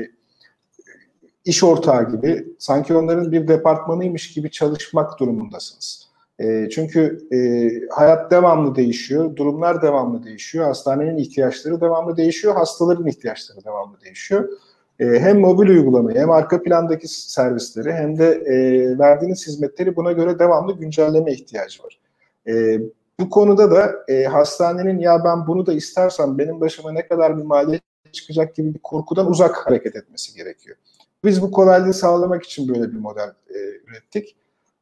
iş ortağı gibi, sanki onların bir departmanıymış gibi çalışmak durumundasınız. Çünkü hayat devamlı değişiyor, durumlar devamlı değişiyor, hastanenin ihtiyaçları devamlı değişiyor, hastaların ihtiyaçları devamlı değişiyor. Hem mobil uygulamayı hem arka plandaki servisleri hem de verdiğiniz hizmetleri buna göre devamlı güncelleme ihtiyacı var. Bu konuda da hastanenin ya ben bunu da istersem benim başıma ne kadar bir maliyet çıkacak gibi bir korkudan uzak hareket etmesi gerekiyor. Biz bu kolaylığı sağlamak için böyle bir model ürettik.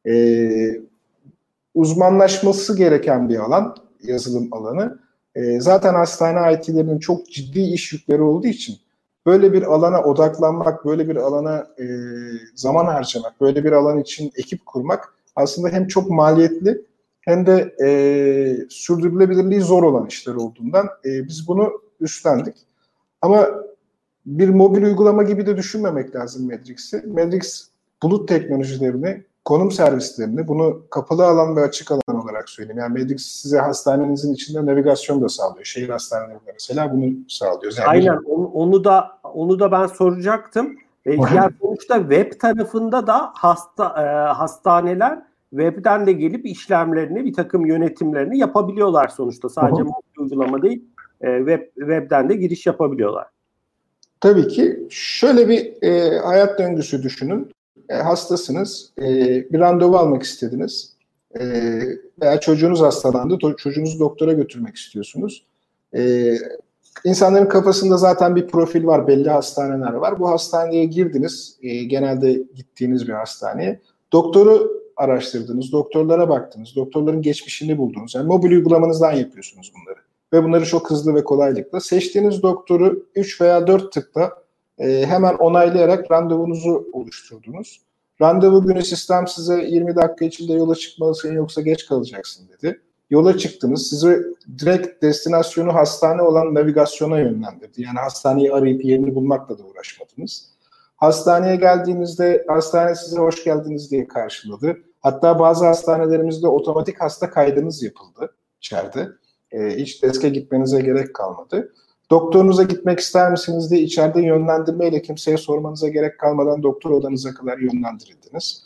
Uzmanlaşması gereken bir alan, yazılım alanı. Zaten hastane IT'lerinin çok ciddi iş yükleri olduğu için böyle bir alana odaklanmak, böyle bir alana zaman harcamak, böyle bir alan için ekip kurmak aslında hem çok maliyetli hem de sürdürülebilirliği zor olan işler olduğundan biz bunu üstlendik. Ama bir mobil uygulama gibi de düşünmemek lazım Medrix'i. Medrix bulut teknolojilerini, konum servislerini, bunu kapalı alan ve açık alan olarak söyleyeyim. Yani Medrix size hastanenizin içinde navigasyon da sağlıyor. Şehir hastanelerinde mesela bunu sağlıyor. Yani aynen, onu da ben soracaktım. Yani sonuçta web tarafında da hastaneler webden de gelip işlemlerini, bir takım yönetimlerini yapabiliyorlar sonuçta. Sadece mobil uygulama değil, webden de giriş yapabiliyorlar. Tabii ki. Şöyle bir hayat döngüsü düşünün. Hastasınız, bir randevu almak istediniz veya çocuğunuz hastalandı, çocuğunuzu doktora götürmek istiyorsunuz. İnsanların kafasında zaten bir profil var, belli hastaneler var. Bu hastaneye girdiniz, genelde gittiğiniz bir hastaneye. Doktoru araştırdınız, doktorlara baktınız, doktorların geçmişini buldunuz. Yani mobil uygulamanızdan yapıyorsunuz bunları. Ve bunları çok hızlı ve kolaylıkla. Seçtiğiniz doktoru 3 veya 4 tıkla hemen onaylayarak randevunuzu oluşturdunuz. Randevu günü sistem size 20 dakika içinde yola çıkmalısın yoksa geç kalacaksın dedi. Yola çıktınız. Sizi direkt destinasyonu hastane olan navigasyona yönlendirdi. Yani hastaneyi arayıp yerini bulmakla da uğraşmadınız. Hastaneye geldiğinizde hastane size hoş geldiniz diye karşıladı. Hatta bazı hastanelerimizde otomatik hasta kaydınız yapıldı içeride. Hiç deske gitmenize gerek kalmadı. Doktorunuza gitmek ister misiniz diye içeride yönlendirmeyle kimseye sormanıza gerek kalmadan doktor odanıza kadar yönlendirildiniz.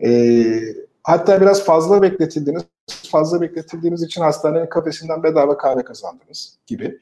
Hatta biraz fazla bekletildiniz. Fazla bekletildiğiniz için hastanenin kafesinden bedava kahve kazandınız gibi.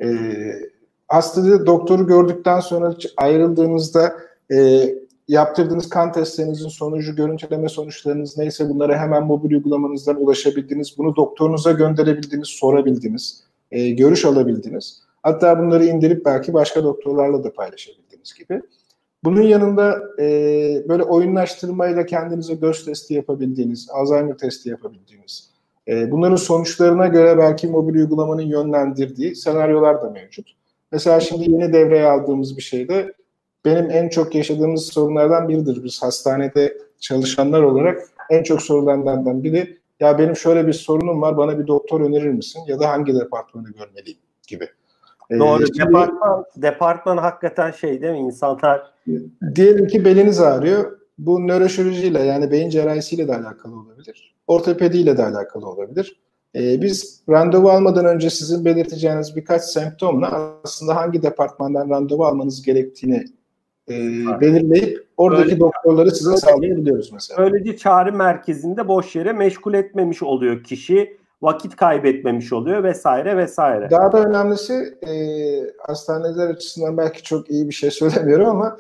Hastada doktoru gördükten sonra ayrıldığınızda yaptırdığınız kan testlerinizin sonucu, görüntüleme sonuçlarınız neyse bunlara hemen mobil uygulamanızdan ulaşabildiniz. Bunu doktorunuza gönderebildiniz, sorabildiniz, görüş alabildiniz. Hatta bunları indirip belki başka doktorlarla da paylaşabildiniz gibi. Bunun yanında böyle oyunlaştırmayla kendinize göz testi yapabildiğiniz, Alzheimer testi yapabildiğiniz, bunların sonuçlarına göre belki mobil uygulamanın yönlendirdiği senaryolar da mevcut. Mesela şimdi yeni devreye aldığımız bir şey de benim en çok yaşadığımız sorunlardan biridir. Biz hastanede çalışanlar olarak en çok sorulanlardan biri, ya benim şöyle bir sorunum var, bana bir doktor önerir misin? Ya da hangi departmanı görmeliyim gibi. Doğru. Departman hakikaten şey değil mi? İnsanlar... Diyelim ki beliniz ağrıyor. Bu nöroşirurjiyle yani beyin cerrahisiyle de alakalı olabilir. Ortopediyle de alakalı olabilir. Biz randevu almadan önce sizin belirteceğiniz birkaç semptomla aslında hangi departmandan randevu almanız gerektiğini belirleyip oradaki doktorları size sağlayabiliyoruz mesela. Böylece çağrı merkezinde boş yere meşgul etmemiş oluyor kişi, vakit kaybetmemiş oluyor vesaire vesaire. Daha da önemlisi hastaneler açısından belki çok iyi bir şey söylemiyorum ama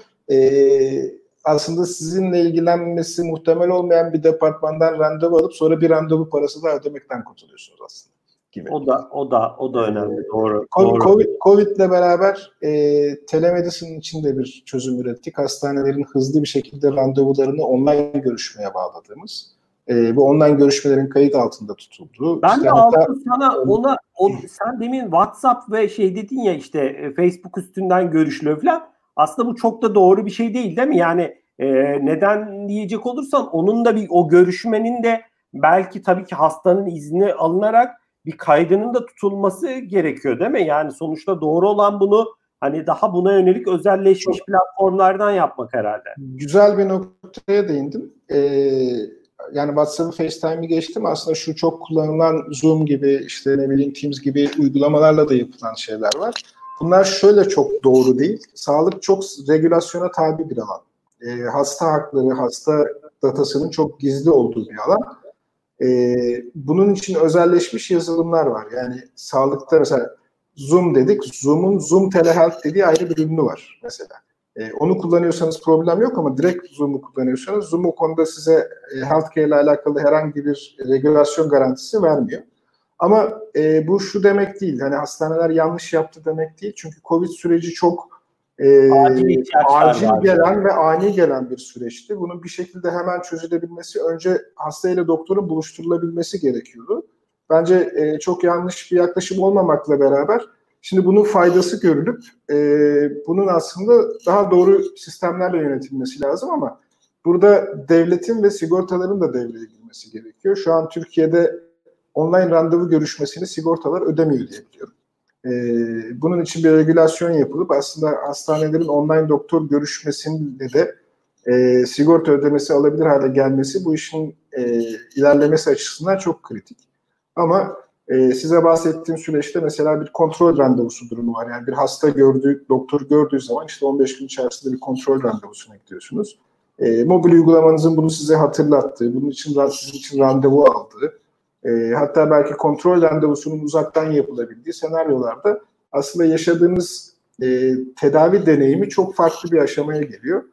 aslında sizinle ilgilenmesi muhtemel olmayan bir departmandan randevu alıp sonra bir randevu parası da ödemekten kurtuluyorsunuz aslında gibi. O da önemli. Doğru. Covid'le beraber telemedicine için de bir çözüm ürettik. Hastanelerin hızlı bir şekilde randevularını online görüşmeye bağladığımız. Bu online görüşmelerin kayıt altında tutulduğu. Ben işte de altı sana sen demin WhatsApp ve şey dedin ya işte Facebook üstünden görüşülüyor falan. Aslında bu çok da doğru bir şey değil mi? Yani neden diyecek olursan onun da o görüşmenin de belki tabii ki hastanın izni alınarak bir kaydının da tutulması gerekiyor değil mi? Yani sonuçta doğru olan bunu hani daha buna yönelik özelleşmiş platformlardan yapmak herhalde. Güzel bir noktaya değindim. Yani WhatsApp'ı, FaceTime'i geçtim. Aslında şu çok kullanılan Zoom gibi, işte ne bileyim Teams gibi uygulamalarla da yapılan şeyler var. Bunlar şöyle çok doğru değil. Sağlık çok regülasyona tabi bir alan. Hasta hakları, hasta datasının çok gizli olduğu bir alan. Bunun için özelleşmiş yazılımlar var. Yani sağlıkta mesela Zoom dedik. Zoom Telehealth dediği ayrı bir ürünü var mesela. Onu kullanıyorsanız problem yok ama direkt Zoom'u kullanıyorsanız Zoom o konuda size healthcare ile alakalı herhangi bir regülasyon garantisi vermiyor. Ama bu şu demek değil. Hani hastaneler yanlış yaptı demek değil. Çünkü Covid süreci çok acil gelen ve ani gelen bir süreçti. Bunun bir şekilde hemen çözülebilmesi, önce hastayla doktorun buluşturulabilmesi gerekiyordu. Bence çok yanlış bir yaklaşım olmamakla beraber şimdi bunun faydası görülüp bunun aslında daha doğru sistemlerle yönetilmesi lazım ama burada devletin ve sigortaların da devreye girmesi gerekiyor. Şu an Türkiye'de online randevu görüşmesini sigortalar ödemiyor diye biliyorum. Bunun için bir regülasyon yapılıp aslında hastanelerin online doktor görüşmesinde de sigorta ödemesi alabilir hale gelmesi bu işin ilerlemesi açısından çok kritik. Ama size bahsettiğim süreçte mesela bir kontrol randevusu durumu var. Yani bir hasta doktor gördüğü zaman işte 15 gün içerisinde bir kontrol randevusuna gidiyorsunuz. Mobil uygulamanızın bunu size hatırlattığı, bunun için sizin için randevu aldığı, hatta belki kontrol randevusunun uzaktan yapılabildiği senaryolarda aslında yaşadığınız tedavi deneyimi çok farklı bir aşamaya geliyor.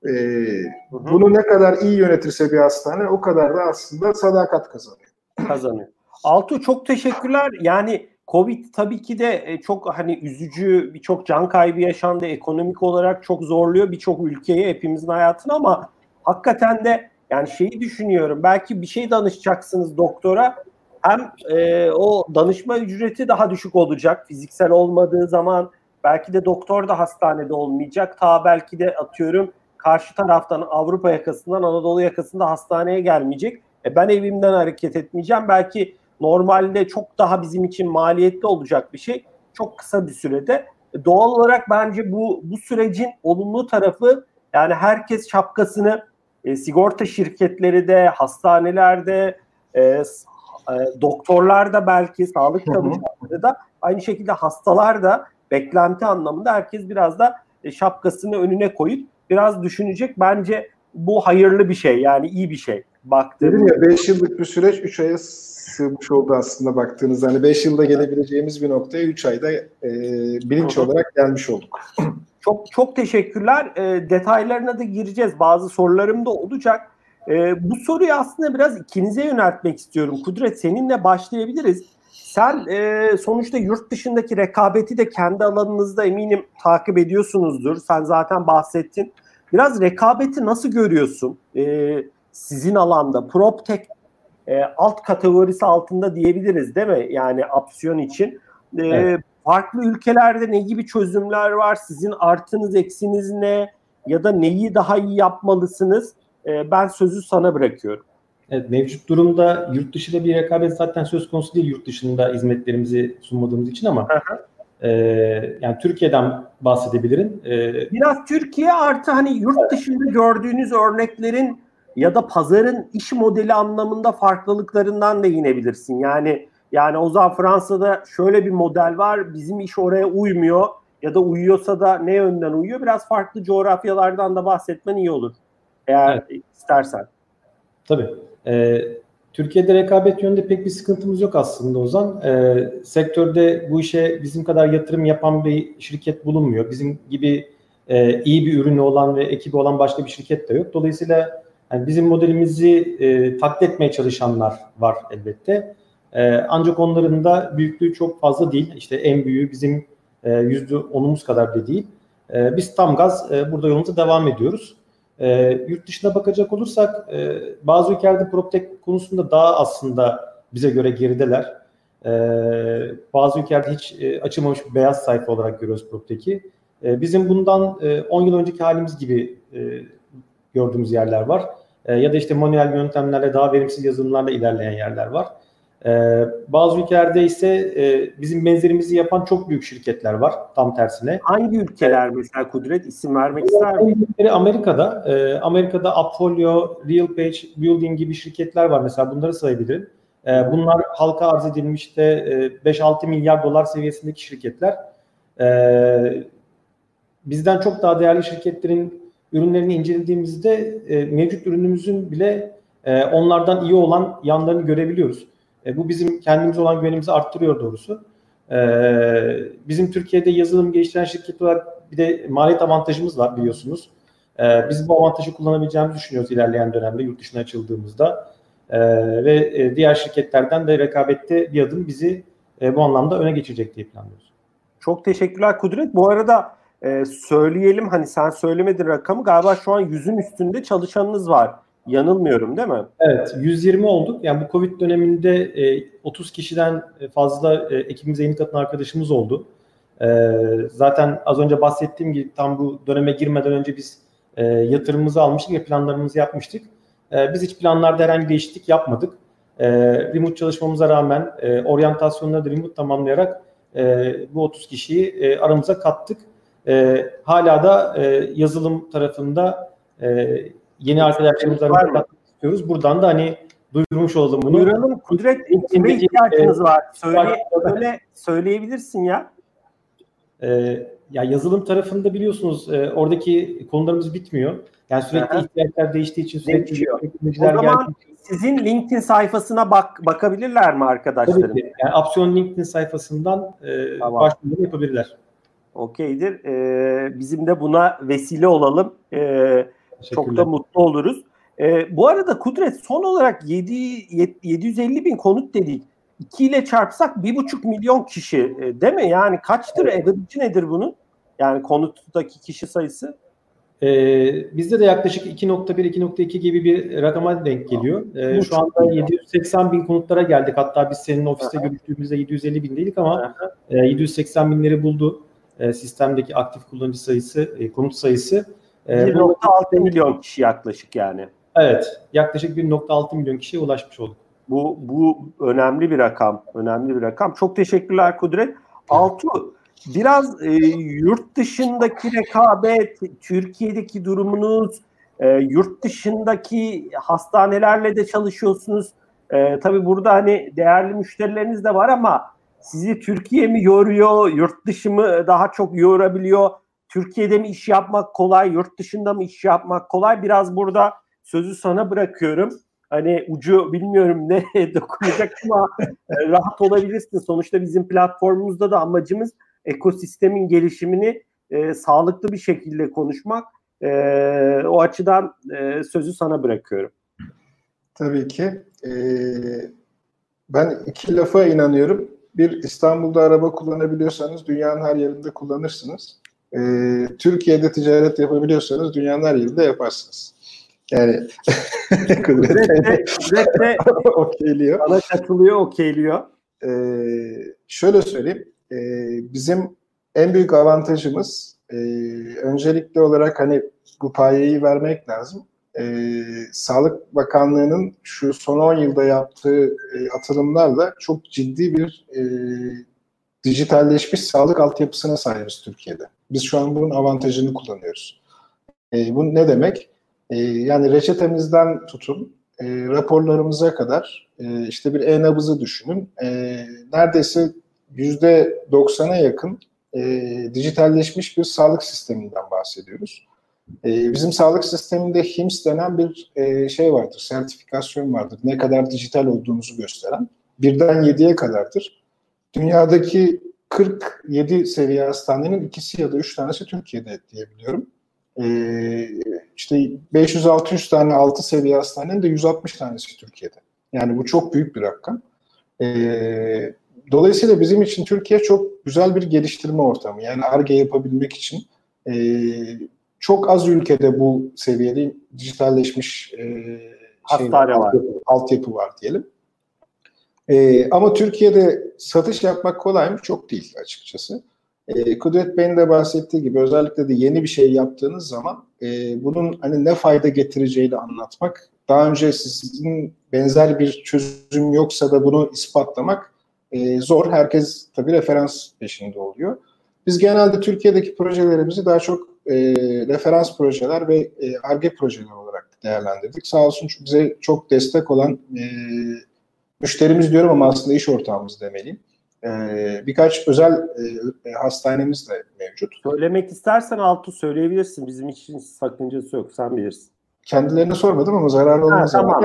Bunu ne kadar iyi yönetirse bir hastane o kadar da aslında sadakat kazanıyor. Altuğ çok teşekkürler. Yani Covid tabii ki de çok hani üzücü, birçok can kaybı yaşandı, ekonomik olarak çok zorluyor birçok ülkeyi, hepimizin hayatını, ama hakikaten de yani şeyi düşünüyorum, belki bir şey danışacaksınız doktora, hem o danışma ücreti daha düşük olacak fiziksel olmadığı zaman, belki de doktor da hastanede olmayacak, ta belki de atıyorum karşı taraftan Avrupa yakasından Anadolu yakasında hastaneye gelmeyecek. Ben evimden hareket etmeyeceğim, belki normalde çok daha bizim için maliyetli olacak bir şey çok kısa bir sürede. Doğal olarak bence bu sürecin olumlu tarafı, yani herkes şapkasını, sigorta şirketleri de, hastanelerde, doktorlar da, belki sağlık çalışanları da, aynı şekilde hastalar da, beklenti anlamında herkes biraz da şapkasını önüne koyup biraz düşünecek. Bence bu hayırlı bir şey, yani iyi bir şey. Dedim ya, 5 yıllık bir süreç 3 aya sığmış oldu aslında baktığınızda. Hani 5 yılda gelebileceğimiz bir noktaya 3 ayda bilinç olarak gelmiş olduk. Çok teşekkürler. Detaylarına da gireceğiz. Bazı sorularım da olacak. Bu soruyu aslında biraz ikinize yöneltmek istiyorum. Kudret, seninle başlayabiliriz. Sen sonuçta yurt dışındaki rekabeti de kendi alanınızda eminim takip ediyorsunuzdur. Sen zaten bahsettin. Biraz rekabeti nasıl görüyorsun? Sizin alanda PropTech alt kategorisi altında diyebiliriz değil mi? Yani opsiyon için. Evet. Farklı ülkelerde ne gibi çözümler var? Sizin artınız, eksiniz ne? Ya da neyi daha iyi yapmalısınız? Ben sözü sana bırakıyorum. Evet, mevcut durumda yurt dışıyla bir rekabet zaten söz konusu değil, yurt dışında hizmetlerimizi sunmadığımız için, ama yani Türkiye'den bahsedebilirim. Biraz Türkiye artı hani yurt dışında gördüğünüz örneklerin ya da pazarın iş modeli anlamında farklılıklarından da inebilirsin. Yani o zaman Fransa'da şöyle bir model var, bizim iş oraya uymuyor ya da uyuyorsa da ne yönden uyuyor? Biraz farklı coğrafyalardan da bahsetmen iyi olur eğer istersen. Tabii. Türkiye'de rekabet yönünde pek bir sıkıntımız yok aslında Ozan. Sektörde bu işe bizim kadar yatırım yapan bir şirket bulunmuyor. Bizim gibi iyi bir ürünü olan ve ekibi olan başka bir şirket de yok. Dolayısıyla yani bizim modelimizi taklit etmeye çalışanlar var elbette. Ancak onların da büyüklüğü çok fazla değil. İşte en büyüğü bizim %10'umuz kadar da değil. Biz tam gaz burada yolumuza devam ediyoruz. Yurt dışına bakacak olursak bazı ülkelerde PropTech konusunda daha aslında bize göre gerideler. Bazı ülkelerde hiç açılmamış bir beyaz sayfa olarak görüyoruz PropTech'i. Bizim bundan 10 yıl önceki halimiz gibi gördüğümüz yerler var. Ya da işte manuel yöntemlerle, daha verimsiz yazılımlarla ilerleyen yerler var. Bazı ülkelerde ise bizim benzerimizi yapan çok büyük şirketler var, tam tersine. Hangi ülkeler mesela Kudret? İsim vermek ister misin? Amerika'da Appfolio, RealPage, Building gibi şirketler var mesela, bunları sayabilirim. Bunlar halka arz edilmiş de 5-6 milyar dolar seviyesindeki şirketler. Bizden çok daha değerli şirketlerin ürünlerini incelediğimizde mevcut ürünümüzün bile onlardan iyi olan yanlarını görebiliyoruz. Bu bizim kendimize olan güvenimizi arttırıyor doğrusu. Bizim Türkiye'de yazılım geliştiren şirket olarak bir de maliyet avantajımız var biliyorsunuz. Biz bu avantajı kullanabileceğimizi düşünüyoruz ilerleyen dönemde yurt dışına açıldığımızda. Ve diğer şirketlerden de rekabette bir adım bizi bu anlamda öne geçirecek diye planlıyoruz. Çok teşekkürler Kudret. Bu arada söyleyelim, hani sen söylemedin rakamı, galiba şu an 100'ün üstünde çalışanınız var. Yanılmıyorum değil mi? Evet, 120 olduk. Yani bu Covid döneminde 30 kişiden fazla ekibimize yeni katılan arkadaşımız oldu. Zaten az önce bahsettiğim gibi tam bu döneme girmeden önce biz yatırımımızı almıştık ve planlarımızı yapmıştık. Biz hiç planlarda herhangi bir değişiklik yapmadık. Remote çalışmamıza rağmen oryantasyonları da remote tamamlayarak bu 30 kişiyi aramıza kattık. Hala da yazılım tarafında yeni arkadaşlarımızla katmak istiyoruz. Buradan da hani duyurmuş olalım bunu. Duyuralım. Kudret, kime ihtiyacınız var? Söyleyebilirsin ya. Ya yazılım tarafında biliyorsunuz oradaki konularımız bitmiyor. Yani sürekli ihtiyaçlar değiştiği için sürekli o zaman sizin LinkedIn sayfasına bakabilirler mi arkadaşlarım? Tabii ki. Yani Opsiyon LinkedIn sayfasından başvuruları yapabilirler. Okeydir. Bizim de buna vesile olalım. Çok da mutlu oluruz. Bu arada Kudret, son olarak 750 bin konut dedik. 2 ile çarpsak 1,5 milyon kişi değil mi? Yani kaçtır, average'i nedir bunun? Yani konuttaki kişi sayısı? Bizde de yaklaşık 2.1-2.2 gibi bir rakama denk geliyor. Şu anda 780 bin konutlara geldik. Hatta biz senin ofiste görüştüğümüzde 750 bindeydik ama 780 binleri buldu. Sistemdeki aktif kullanıcı sayısı, konut sayısı. 1.6 milyon kişi yaklaşık yani. Evet, yaklaşık 1.6 milyon kişiye ulaşmış olduk. Bu önemli bir rakam. Önemli bir rakam. Çok teşekkürler Kudret. Altuğ, biraz yurt dışındaki rekabet, Türkiye'deki durumunuz, yurt dışındaki hastanelerle de çalışıyorsunuz. Tabii burada hani değerli müşterileriniz de var ama sizi Türkiye mi yoruyor, yurt dışı mı daha çok yorabiliyor? Türkiye'de mi iş yapmak kolay, yurt dışında mı iş yapmak kolay? Biraz burada sözü sana bırakıyorum. Hani ucu bilmiyorum nereye dokunacak ama rahat olabilirsin. Sonuçta bizim platformumuzda da amacımız ekosistemin gelişimini sağlıklı bir şekilde konuşmak. O açıdan sözü sana bırakıyorum. Tabii ki. Ben iki lafa inanıyorum. Bir, İstanbul'da araba kullanabiliyorsanız dünyanın her yerinde kullanırsınız. Türkiye'de ticaret yapabiliyorsanız dünyanın her yerinde yaparsınız. Yani Kudret'le okeyliyor. Bana katılıyor, okeyliyor. Şöyle söyleyeyim. Bizim en büyük avantajımız öncelikli olarak hani bu payeyi vermek lazım. Sağlık Bakanlığı'nın şu son 10 yılda yaptığı atılımlarla çok ciddi bir dijitalleşmiş sağlık altyapısına sahibiz Türkiye'de. Biz şu an bunun avantajını kullanıyoruz. Bu ne demek? Yani reçetemizden tutun, raporlarımıza kadar işte bir e-nabızı düşünün. Neredeyse %90'a yakın dijitalleşmiş bir sağlık sisteminden bahsediyoruz. Bizim sağlık sisteminde HIMSS denen bir şey vardır, sertifikasyon vardır. Ne kadar dijital olduğumuzu gösteren. 1'den 7'ye kadardır. Dünyadaki 47 seviye hastanenin ikisi ya da 3 tanesi Türkiye'de diyebiliyorum. İşte 500-600 tane 6 seviye hastanenin de 160 tanesi Türkiye'de. Yani bu çok büyük bir rakam. Dolayısıyla bizim için Türkiye çok güzel bir geliştirme ortamı. Yani Ar-Ge yapabilmek için çok az ülkede bu seviyeli dijitalleşmiş altyapı var diyelim. Ama Türkiye'de satış yapmak kolay mı? Çok değil açıkçası. Kudret Bey'in de bahsettiği gibi özellikle de yeni bir şey yaptığınız zaman bunun hani ne fayda getireceğini anlatmak, daha önce sizin benzer bir çözüm yoksa da bunu ispatlamak zor. Herkes tabii referans peşinde oluyor. Biz genelde Türkiye'deki projelerimizi daha çok referans projeler ve Ar-Ge projeler olarak değerlendirdik. Sağ olsun bize çok destek olan müşterimiz diyorum ama aslında iş ortağımız demeliyim. Birkaç özel hastanemiz de mevcut. Söylemek istersen Altuğ söyleyebilirsin. Bizim için sakıncası yok. Sen bilirsin. Kendilerine sormadım ama zararlı olmaz. Tamam.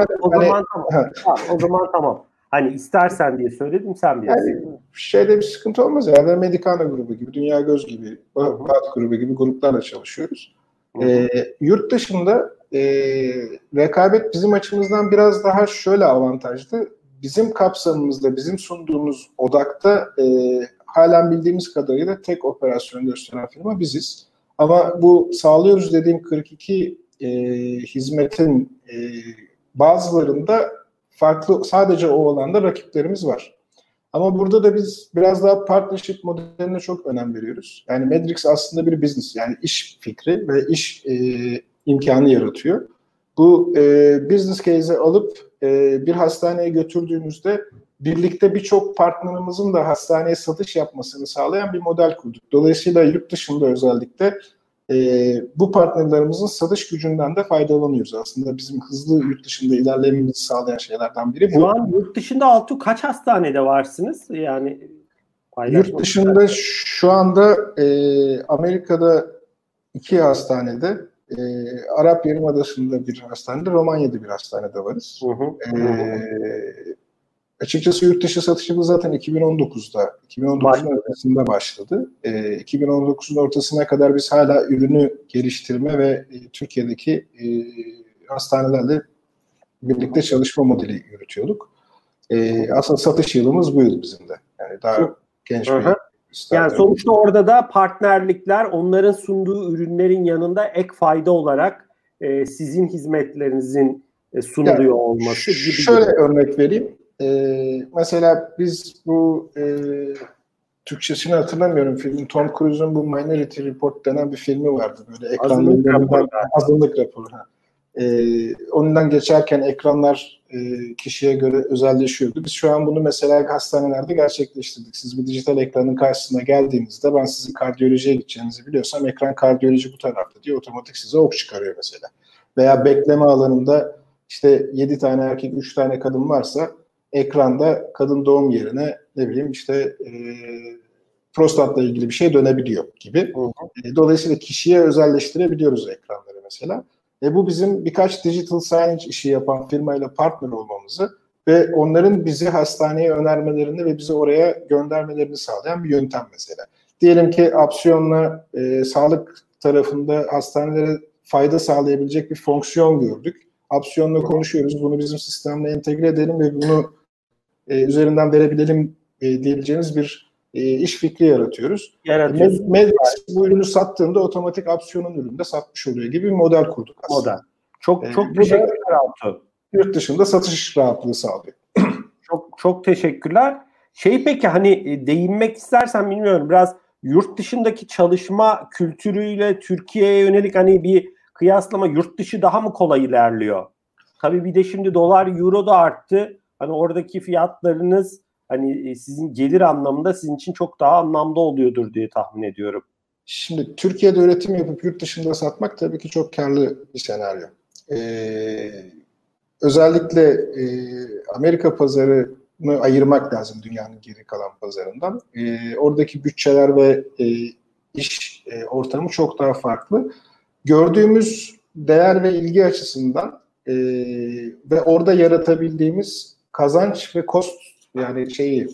O zaman tamam. Hani istersen diye söyledim, sen bilirsin. Yani şeyde bir sıkıntı olmaz. Yani Medicana grubu gibi, Dünya Göz gibi, Bat grubu gibi gruplarla çalışıyoruz. Yurt dışında rekabet bizim açımızdan biraz daha şöyle avantajlı. Bizim kapsamımızda, bizim sunduğumuz odakta halen bildiğimiz kadarıyla tek operasyon gösteren firma biziz. Ama bu sağlıyoruz dediğim 42 hizmetin bazılarında farklı, sadece o alanda rakiplerimiz var. Ama burada da biz biraz daha partnership modeline çok önem veriyoruz. Yani Medrix aslında bir business, yani iş fikri ve iş imkanı yaratıyor. Bu business case'i alıp bir hastaneye götürdüğümüzde birlikte birçok partnerimizin de hastaneye satış yapmasını sağlayan bir model kurduk. Dolayısıyla yurt dışında özellikle bu partnerlerimizin satış gücünden de faydalanıyoruz. Aslında bizim hızlı yurt dışında ilerlememizi sağlayan şeylerden biri bu. Şu an yurt dışında Altuğ kaç hastanede varsınız? Yani yurt dışında şu anda Amerika'da 2 hastanede, Arap Yarımadası'nda bir hastanede, Romanya'da bir hastanede varız. Açıkçası yurt dışı satışımız zaten 2019'un ortasında başladı. 2019'un ortasına kadar biz hala ürünü geliştirme ve Türkiye'deki hastanelerle birlikte çalışma modeli yürütüyorduk. Aslında satış yılımız bu yıl bizim de. Yani daha genç bir yani sonuçta orada da partnerlikler onların sunduğu ürünlerin yanında ek fayda olarak sizin hizmetlerinizin sunuluyor yani, olması gibi. Şöyle örnek vereyim. Mesela biz bu Türkçesini hatırlamıyorum filmin. Tom Cruise'un bu Minority Report denen bir filmi vardı. Böyle ekranlarında azınlık raporu. Ondan geçerken ekranlar kişiye göre özelleşiyordu. Biz şu an bunu mesela hastanelerde gerçekleştirdik. Siz bir dijital ekranın karşısına geldiğinizde ben sizin kardiyolojiye gideceğinizi biliyorsam ekran kardiyoloji bu tarafta diye otomatik size ok çıkarıyor mesela. Veya bekleme alanında işte 7 tane erkek 3 tane kadın varsa ekranda kadın doğum yerine ne bileyim işte prostatla ilgili bir şey dönebiliyor gibi. Dolayısıyla kişiye özelleştirebiliyoruz ekranları mesela. Bu bizim birkaç digital signage işi yapan firmayla partner olmamızı ve onların bizi hastaneye önermelerini ve bizi oraya göndermelerini sağlayan bir yöntem mesela. Diyelim ki Apsiyon'la sağlık tarafında hastanelere fayda sağlayabilecek bir fonksiyon gördük. Apsiyon'la konuşuyoruz. Bunu bizim sistemle entegre edelim ve bunu üzerinden verebilelim diyebileceğimiz bir iş fikri yaratıyoruz. Medix bu ürünü sattığında otomatik Apsiyon'un ürünü de satmış oluyor gibi bir model kurduk aslında. Model. Çok teşekkürler Altuğ. Yurt dışında satış rahatlığı sağlıyor. Çok teşekkürler. Peki hani değinmek istersen bilmiyorum biraz yurt dışındaki çalışma kültürüyle Türkiye'ye yönelik hani bir kıyaslama, yurt dışı daha mı kolay ilerliyor? Tabii bir de şimdi dolar, euro da arttı. Hani oradaki fiyatlarınız hani sizin gelir anlamında sizin için çok daha anlamlı oluyordur diye tahmin ediyorum. Şimdi Türkiye'de üretim yapıp yurt dışında satmak tabii ki çok karlı bir senaryo. Özellikle Amerika pazarını ayırmak lazım dünyanın geri kalan pazarından. Oradaki bütçeler ve iş ortamı çok daha farklı. Gördüğümüz değer ve ilgi açısından ve orada yaratabildiğimiz kazanç ve cost yani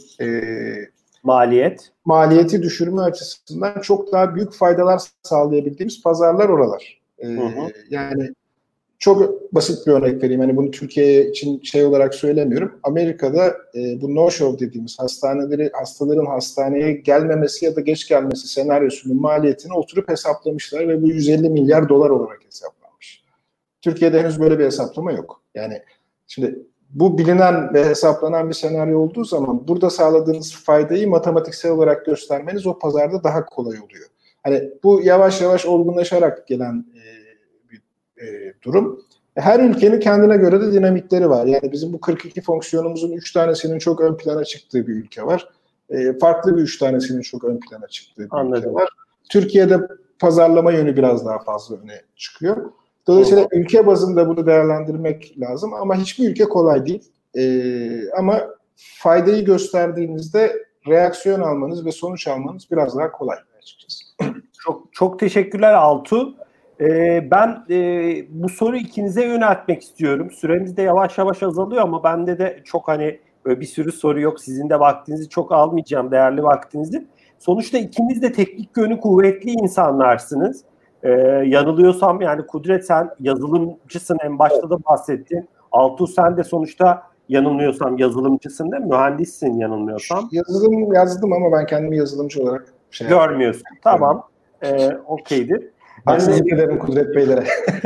maliyeti düşürme açısından çok daha büyük faydalar sağlayabildiğimiz pazarlar oralar. Yani çok basit bir örnek vereyim. Hani bunu Türkiye için olarak söylemiyorum. Amerika'da bu no-show dediğimiz hastaların hastaneye gelmemesi ya da geç gelmesi senaryosunun maliyetini oturup hesaplamışlar ve bu 150 milyar dolar olarak hesaplanmış. Türkiye'de henüz böyle bir hesaplama yok. Yani şimdi bu bilinen ve hesaplanan bir senaryo olduğu zaman burada sağladığınız faydayı matematiksel olarak göstermeniz o pazarda daha kolay oluyor. Hani bu yavaş yavaş olgunlaşarak gelen bir durum. Her ülkenin kendine göre de dinamikleri var. Yani bizim bu 42 fonksiyonumuzun 3 tanesinin çok ön plana çıktığı bir ülke var. Farklı bir 3 tanesinin çok ön plana çıktığı bir ülke var. Türkiye'de pazarlama yönü biraz daha fazla öne çıkıyor. Dolayısıyla ülke bazında bunu değerlendirmek lazım ama hiçbir ülke kolay değil. Ama faydayı gösterdiğinizde reaksiyon almanız ve sonuç almanız biraz daha kolay açıkçası. Çok teşekkürler Altuğ. Ben bu soruyu ikinize yöneltmek istiyorum. Süremiz de yavaş yavaş azalıyor ama bende de çok hani bir sürü soru yok. Sizin de vaktinizi çok almayacağım, değerli vaktinizi. Sonuçta ikiniz de teknik yönü kuvvetli insanlarsınız. Yanılıyorsam yani Kudret sen yazılımcısın, en başta da bahsettin. Altuğ sen de sonuçta yanılmıyorsam yazılımcısın değil mi? Mühendissin yanılmıyorsam. Yazılım yazdım ama ben kendimi yazılımcı olarak görmüyorsun. Tamam. Okeydir. Haksızlık ederim Kudret Beylere.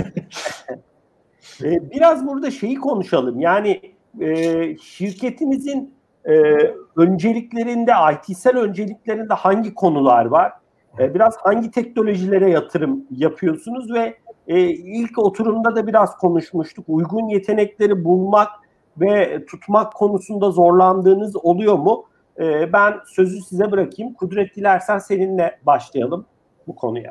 Biraz burada şeyi konuşalım. Yani şirketinizin önceliklerinde, IT'sel önceliklerinde hangi konular var? Biraz hangi teknolojilere yatırım yapıyorsunuz ve ilk oturumda da biraz konuşmuştuk. Uygun yetenekleri bulmak ve tutmak konusunda zorlandığınız oluyor mu? Ben sözü size bırakayım. Kudret, dilersen seninle başlayalım bu konuya.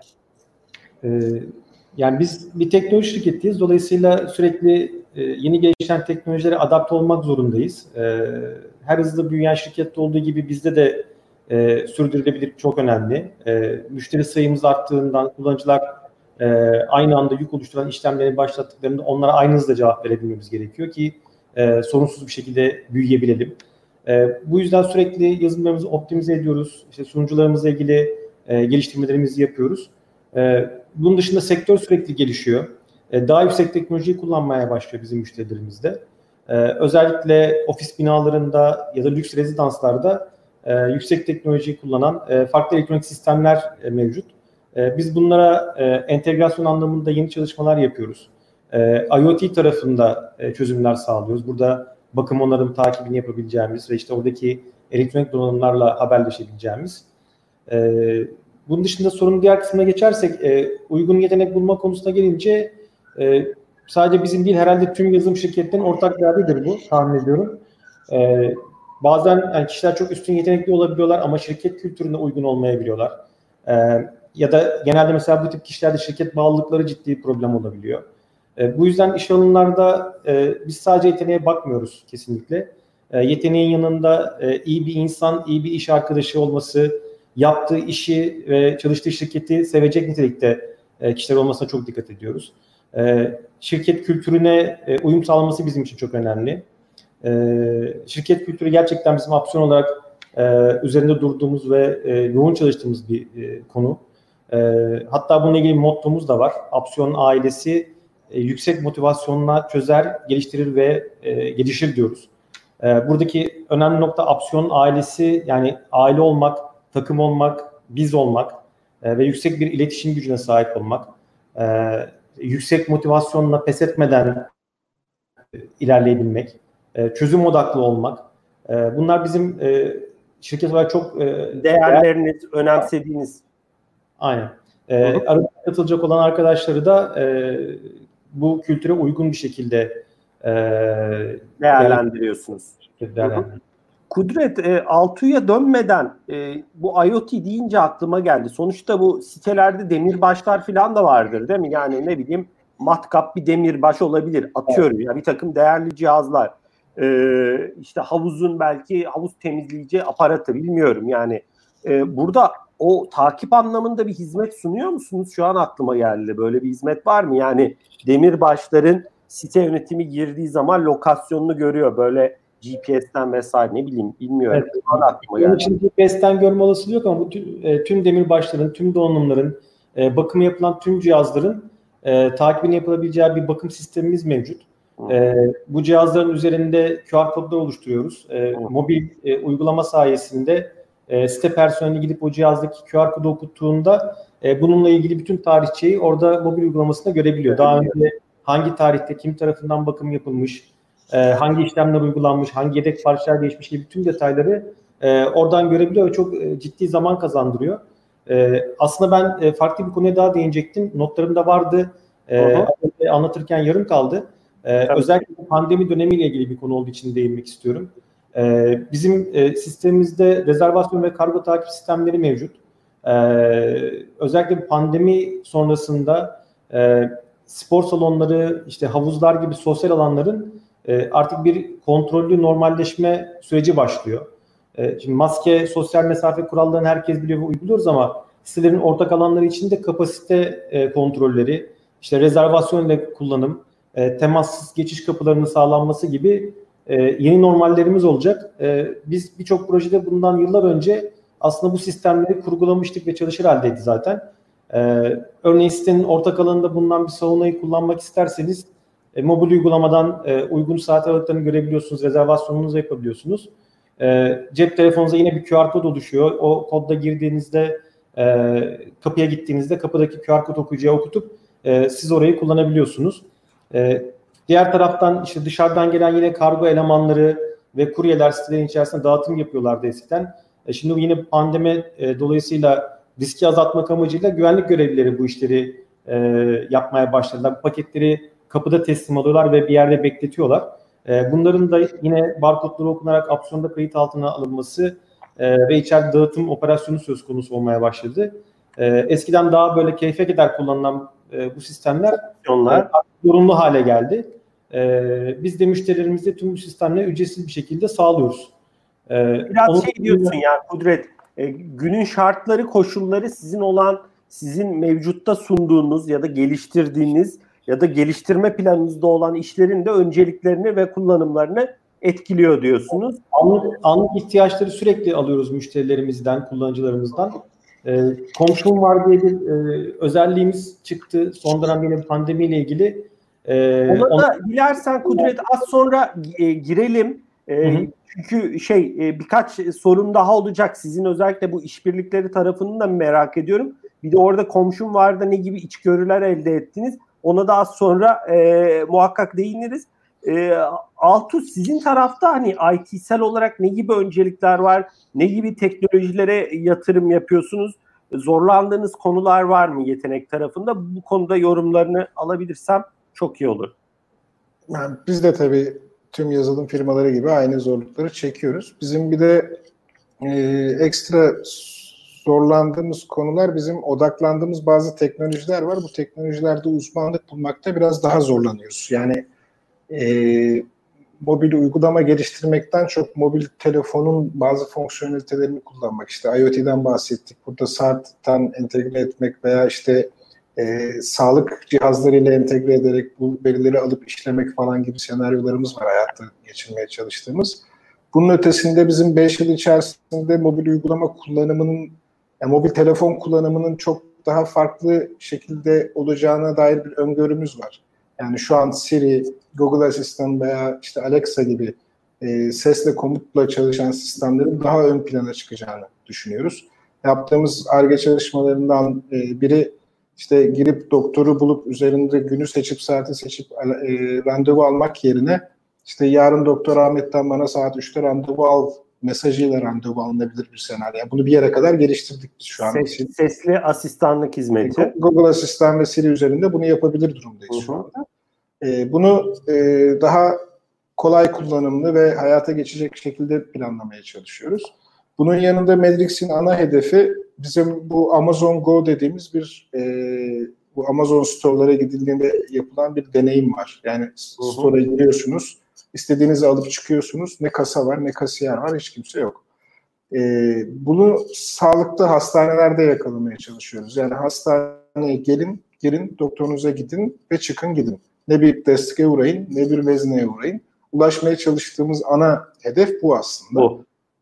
Yani biz bir teknoloji şirketiyiz. Dolayısıyla sürekli yeni gelişen teknolojilere adapte olmak zorundayız. Her hızlı büyüyen şirkette olduğu gibi bizde de sürdürülebilirlik çok önemli. Müşteri sayımız arttığından kullanıcılar aynı anda yük oluşturan işlemleri başlattıklarında onlara aynı hızla cevap verebilmemiz gerekiyor ki sorunsuz bir şekilde büyüyebilelim. Bu yüzden sürekli yazılımlarımızı optimize ediyoruz. İşte sunucularımızla ilgili geliştirmelerimizi yapıyoruz. Bunun dışında sektör sürekli gelişiyor. Daha yüksek teknolojiyi kullanmaya başlıyor bizim müşterilerimiz de. Özellikle ofis binalarında ya da lüks rezidanslarda yüksek teknolojiyi kullanan farklı elektronik sistemler mevcut. Biz bunlara entegrasyon anlamında yeni çalışmalar yapıyoruz. IoT tarafında çözümler sağlıyoruz. Burada bakım onarım takibini yapabileceğimiz ve işte oradaki elektronik donanımlarla haberleşebileceğimiz. Bunun dışında sorunun diğer kısmına geçersek uygun yetenek bulma konusuna gelince sadece bizim değil herhalde tüm yazılım şirketlerinin ortak derdidir bu, tahmin ediyorum. Bazen yani kişiler çok üstün yetenekli olabiliyorlar ama şirket kültürüne uygun olmayabiliyorlar. Ya da genelde mesela bu tip kişilerde şirket bağlılıkları ciddi bir problem olabiliyor. Bu yüzden iş alanlarda biz sadece yeteneğe bakmıyoruz kesinlikle. Yeteneğin yanında iyi bir insan, iyi bir iş arkadaşı olması, yaptığı işi ve çalıştığı şirketi sevecek nitelikte kişiler olmasına çok dikkat ediyoruz. Şirket kültürüne uyum sağlaması bizim için çok önemli. Şirket kültürü gerçekten bizim opsiyon olarak üzerinde durduğumuz ve yoğun çalıştığımız bir konu. Hatta bununla ilgili mottomuz da var. Opsiyon ailesi yüksek motivasyonla çözer, geliştirir ve gelişir diyoruz. Buradaki önemli nokta opsiyon ailesi, yani aile olmak, takım olmak, biz olmak ve yüksek bir iletişim gücüne sahip olmak. Yüksek motivasyonla pes etmeden ilerleyebilmek, çözüm odaklı olmak. Bunlar bizim şirket olarak çok değerleriniz, önemsediğiniz. Aynen. Arada katılacak olan arkadaşları da bu kültüre uygun bir şekilde değerlendiriyorsunuz. Kudret, Altuğ'a dönmeden bu IoT deyince aklıma geldi. Sonuçta bu sitelerde demirbaşlar falan da vardır değil mi? Yani ne bileyim matkap bir demirbaş olabilir. Atıyorum ya bir takım değerli cihazlar. İşte havuzun belki havuz temizleyici aparatı bilmiyorum yani. Burada o takip anlamında bir hizmet sunuyor musunuz? Şu an aklıma geldi. Böyle bir hizmet var mı? Yani demirbaşların site yönetimi girdiği zaman lokasyonunu görüyor. Böyle GPS'ten vesaire ne bileyim bilmiyorum. Evet. Onun için GPS'ten görme olasılığı yok ama bu tüm demirbaşların, tüm donanımların, bakımı yapılan tüm cihazların takibini yapılabileceği bir bakım sistemimiz mevcut. Bu cihazların üzerinde QR kodlar oluşturuyoruz. Mobil uygulama sayesinde site personeli gidip o cihazdaki QR kodu okuttuğunda bununla ilgili bütün tarihçeyi orada mobil uygulamasında görebiliyor. Daha önce hangi tarihte kim tarafından bakım yapılmış, hangi işlemler uygulanmış, hangi yedek parçalar değişmiş gibi bütün detayları oradan görebiliyor ve çok ciddi zaman kazandırıyor. Aslında ben farklı bir konuya daha değinecektim. Notlarımda vardı. Anlatırken yarım kaldı. Özellikle pandemi dönemiyle ilgili bir konu olduğu için değinmek istiyorum. Bizim sistemimizde rezervasyon ve kargo takip sistemleri mevcut. Özellikle pandemi sonrasında spor salonları, işte havuzlar gibi sosyal alanların artık bir kontrollü normalleşme süreci başlıyor. Şimdi maske, sosyal mesafe kurallarını herkes biliyor ve uyguluyoruz ama sitelerin ortak alanları için de kapasite kontrolleri, işte rezervasyon ile kullanım, temassız geçiş kapılarının sağlanması gibi yeni normallerimiz olacak. Biz birçok projede bundan yıllar önce aslında bu sistemleri kurgulamıştık ve çalışır haldeydi zaten. Örneğin sitenin ortak alanında bulunan bir saunayı kullanmak isterseniz mobil uygulamadan uygun saat aralıklarını görebiliyorsunuz, rezervasyonunuzu yapabiliyorsunuz. Cep telefonunuza yine bir QR kod oluşuyor. O kodla girdiğinizde kapıya gittiğinizde kapıdaki QR kod okuyucuya okutup siz orayı kullanabiliyorsunuz. Diğer taraftan işte dışarıdan gelen yine kargo elemanları ve kuryeler sitelerin içerisinde dağıtım yapıyorlardı eskiden. Şimdi yine pandemi dolayısıyla riski azaltmak amacıyla güvenlik görevlileri bu işleri yapmaya başladılar. Paketleri kapıda teslim alıyorlar ve bir yerde bekletiyorlar. Bunların da yine barkodları okunarak opsiyonda kayıt altına alınması ve içeride dağıtım operasyonu söz konusu olmaya başladı. Eskiden daha böyle keyfe kadar kullanılan bu sistemler zorunlu hale geldi. Biz de müşterilerimize tüm bu sistemleri ücretsiz bir şekilde sağlıyoruz. Biraz diyorsun ya Kudret, günün şartları, koşulları sizin mevcutta sunduğunuz ya da geliştirdiğiniz ya da geliştirme planınızda olan işlerin de önceliklerini ve kullanımlarını etkiliyor diyorsunuz. Anlık ihtiyaçları sürekli alıyoruz müşterilerimizden, kullanıcılarımızdan. Komşum var diye bir özelliğimiz çıktı. Son dönem yine pandemiyle ilgili. Ona da dilersen Kudret az sonra girelim. Çünkü birkaç sorun daha olacak. Sizin özellikle bu işbirlikleri tarafını da merak ediyorum. Bir de orada komşum vardı, ne gibi içgörüler elde ettiniz? Ona da az sonra muhakkak değiniriz. Altuğ, sizin tarafta hani IT'sel olarak ne gibi öncelikler var? Ne gibi teknolojilere yatırım yapıyorsunuz? Zorlandığınız konular var mı yetenek tarafında? Bu konuda yorumlarını alabilirsem çok iyi olur. Yani biz de tabii tüm yazılım firmaları gibi aynı zorlukları çekiyoruz. Bizim bir de ekstra zorlandığımız konular, bizim odaklandığımız bazı teknolojiler var. Bu teknolojilerde uzmanlık bulmakta biraz daha zorlanıyoruz. Yani mobil uygulama geliştirmekten çok mobil telefonun bazı fonksiyonelitelerini kullanmak. İşte IoT'den bahsettik. Burada saatten entegre etmek veya işte sağlık cihazlarıyla entegre ederek bu verileri alıp işlemek falan gibi senaryolarımız var hayatta geçirmeye çalıştığımız. Bunun ötesinde bizim 5 yıl içerisinde mobil uygulama kullanımının, yani mobil telefon kullanımının çok daha farklı şekilde olacağına dair bir öngörümüz var. Yani şu an Siri, Google Asistan veya işte Alexa gibi sesle, komutla çalışan sistemlerin daha ön plana çıkacağını düşünüyoruz. Yaptığımız Ar-Ge çalışmalarından biri, işte girip doktoru bulup üzerinde günü seçip saati seçip randevu almak yerine işte yarın Doktor Ahmet'ten bana saat 3'te randevu al mesajıyla randevu alınabilir bir senaryo. Yani bunu bir yere kadar geliştirdik biz şu an. Sesli asistanlık hizmeti. Google Asistan ve Siri üzerinde bunu yapabilir durumdayız şu anda. Bunu daha kolay kullanımlı ve hayata geçecek şekilde planlamaya çalışıyoruz. Bunun yanında Medrix'in ana hedefi bizim bu Amazon Go dediğimiz bir bu Amazon Store'lara gidildiğinde yapılan bir deneyim var. Yani store'a giriyorsunuz, istediğinizi alıp çıkıyorsunuz. Ne kasa var, ne kasiyer var, hiç kimse yok. Bunu sağlıklı hastanelerde yakalamaya çalışıyoruz. Yani hastaneye gelin, doktorunuza gidin ve çıkın gidin. Ne bir desteğe uğrayın, ne bir vezneye uğrayın. Ulaşmaya çalıştığımız ana hedef bu aslında.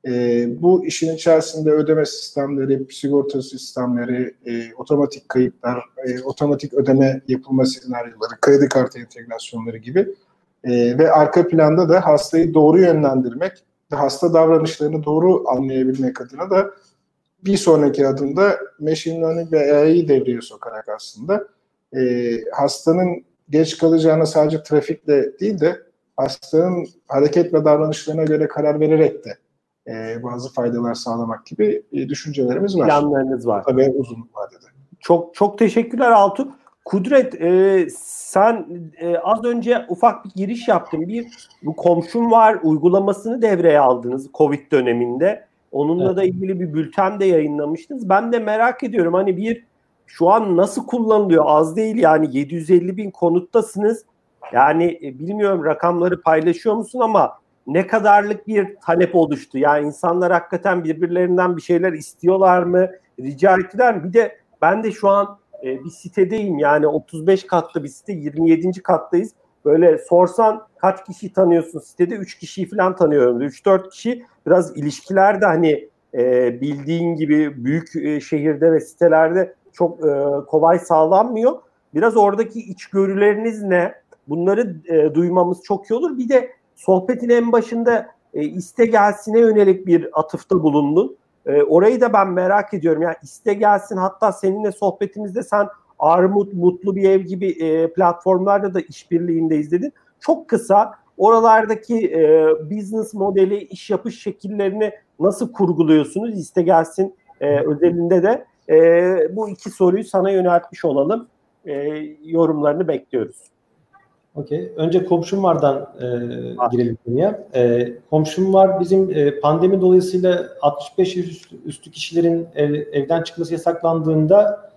Bu işin içerisinde ödeme sistemleri, sigorta sistemleri, otomatik kayıtlar, otomatik ödeme yapılma senaryoları, kredi kartı entegrasyonları gibi ve arka planda da hastayı doğru yönlendirmek, hasta davranışlarını doğru anlayabilmek adına da bir sonraki adımda machine learning ve AI'yi devreye sokarak aslında hastanın geç kalacağına sadece trafikle değil de hastanın hareket ve davranışlarına göre karar vererek de bazı faydalar sağlamak gibi düşüncelerimiz var. Planlarınız var. Tabii uzun vadede. Çok teşekkürler Altuğ. Kudret, sen az önce ufak bir giriş yaptın. Bu komşum var uygulamasını devreye aldınız Covid döneminde. Onunla da ilgili bir bülten de yayınlamıştınız. Ben de merak ediyorum, hani şu an nasıl kullanılıyor? Az değil yani, 750.000 konuttasınız. Yani bilmiyorum rakamları paylaşıyor musun ama ne kadarlık bir talep oluştu? Yani insanlar hakikaten birbirlerinden bir şeyler istiyorlar mı? Rica ettiler mi? Bir de ben de şu an bir sitedeyim, yani 35 katlı bir site, 27. kattayız. Böyle sorsan kaç kişi tanıyorsun sitede? 3 kişiyi falan tanıyorum. 3-4 kişi. Biraz ilişkiler de hani bildiğin gibi büyük şehirde ve sitelerde çok kolay sağlanmıyor. Biraz oradaki içgörüleriniz ne? Bunları duymamız çok iyi olur. Bir de sohbetin en başında iste gelsine yönelik bir atıfta bulundun. Orayı da ben merak ediyorum. Yani iste gelsin, hatta seninle sohbetimizde sen Armut, Mutlu Bir Ev gibi platformlarda da işbirliğindeyiz dedin. Çok kısa oralardaki business modeli, iş yapış şekillerini nasıl kurguluyorsunuz? İste gelsin özelinde de bu iki soruyu sana yöneltmiş olalım. Yorumlarını bekliyoruz. Okey. Önce komşum vardan girelim konuya. Komşum var bizim pandemi dolayısıyla 65 üstü kişilerin evden çıkması yasaklandığında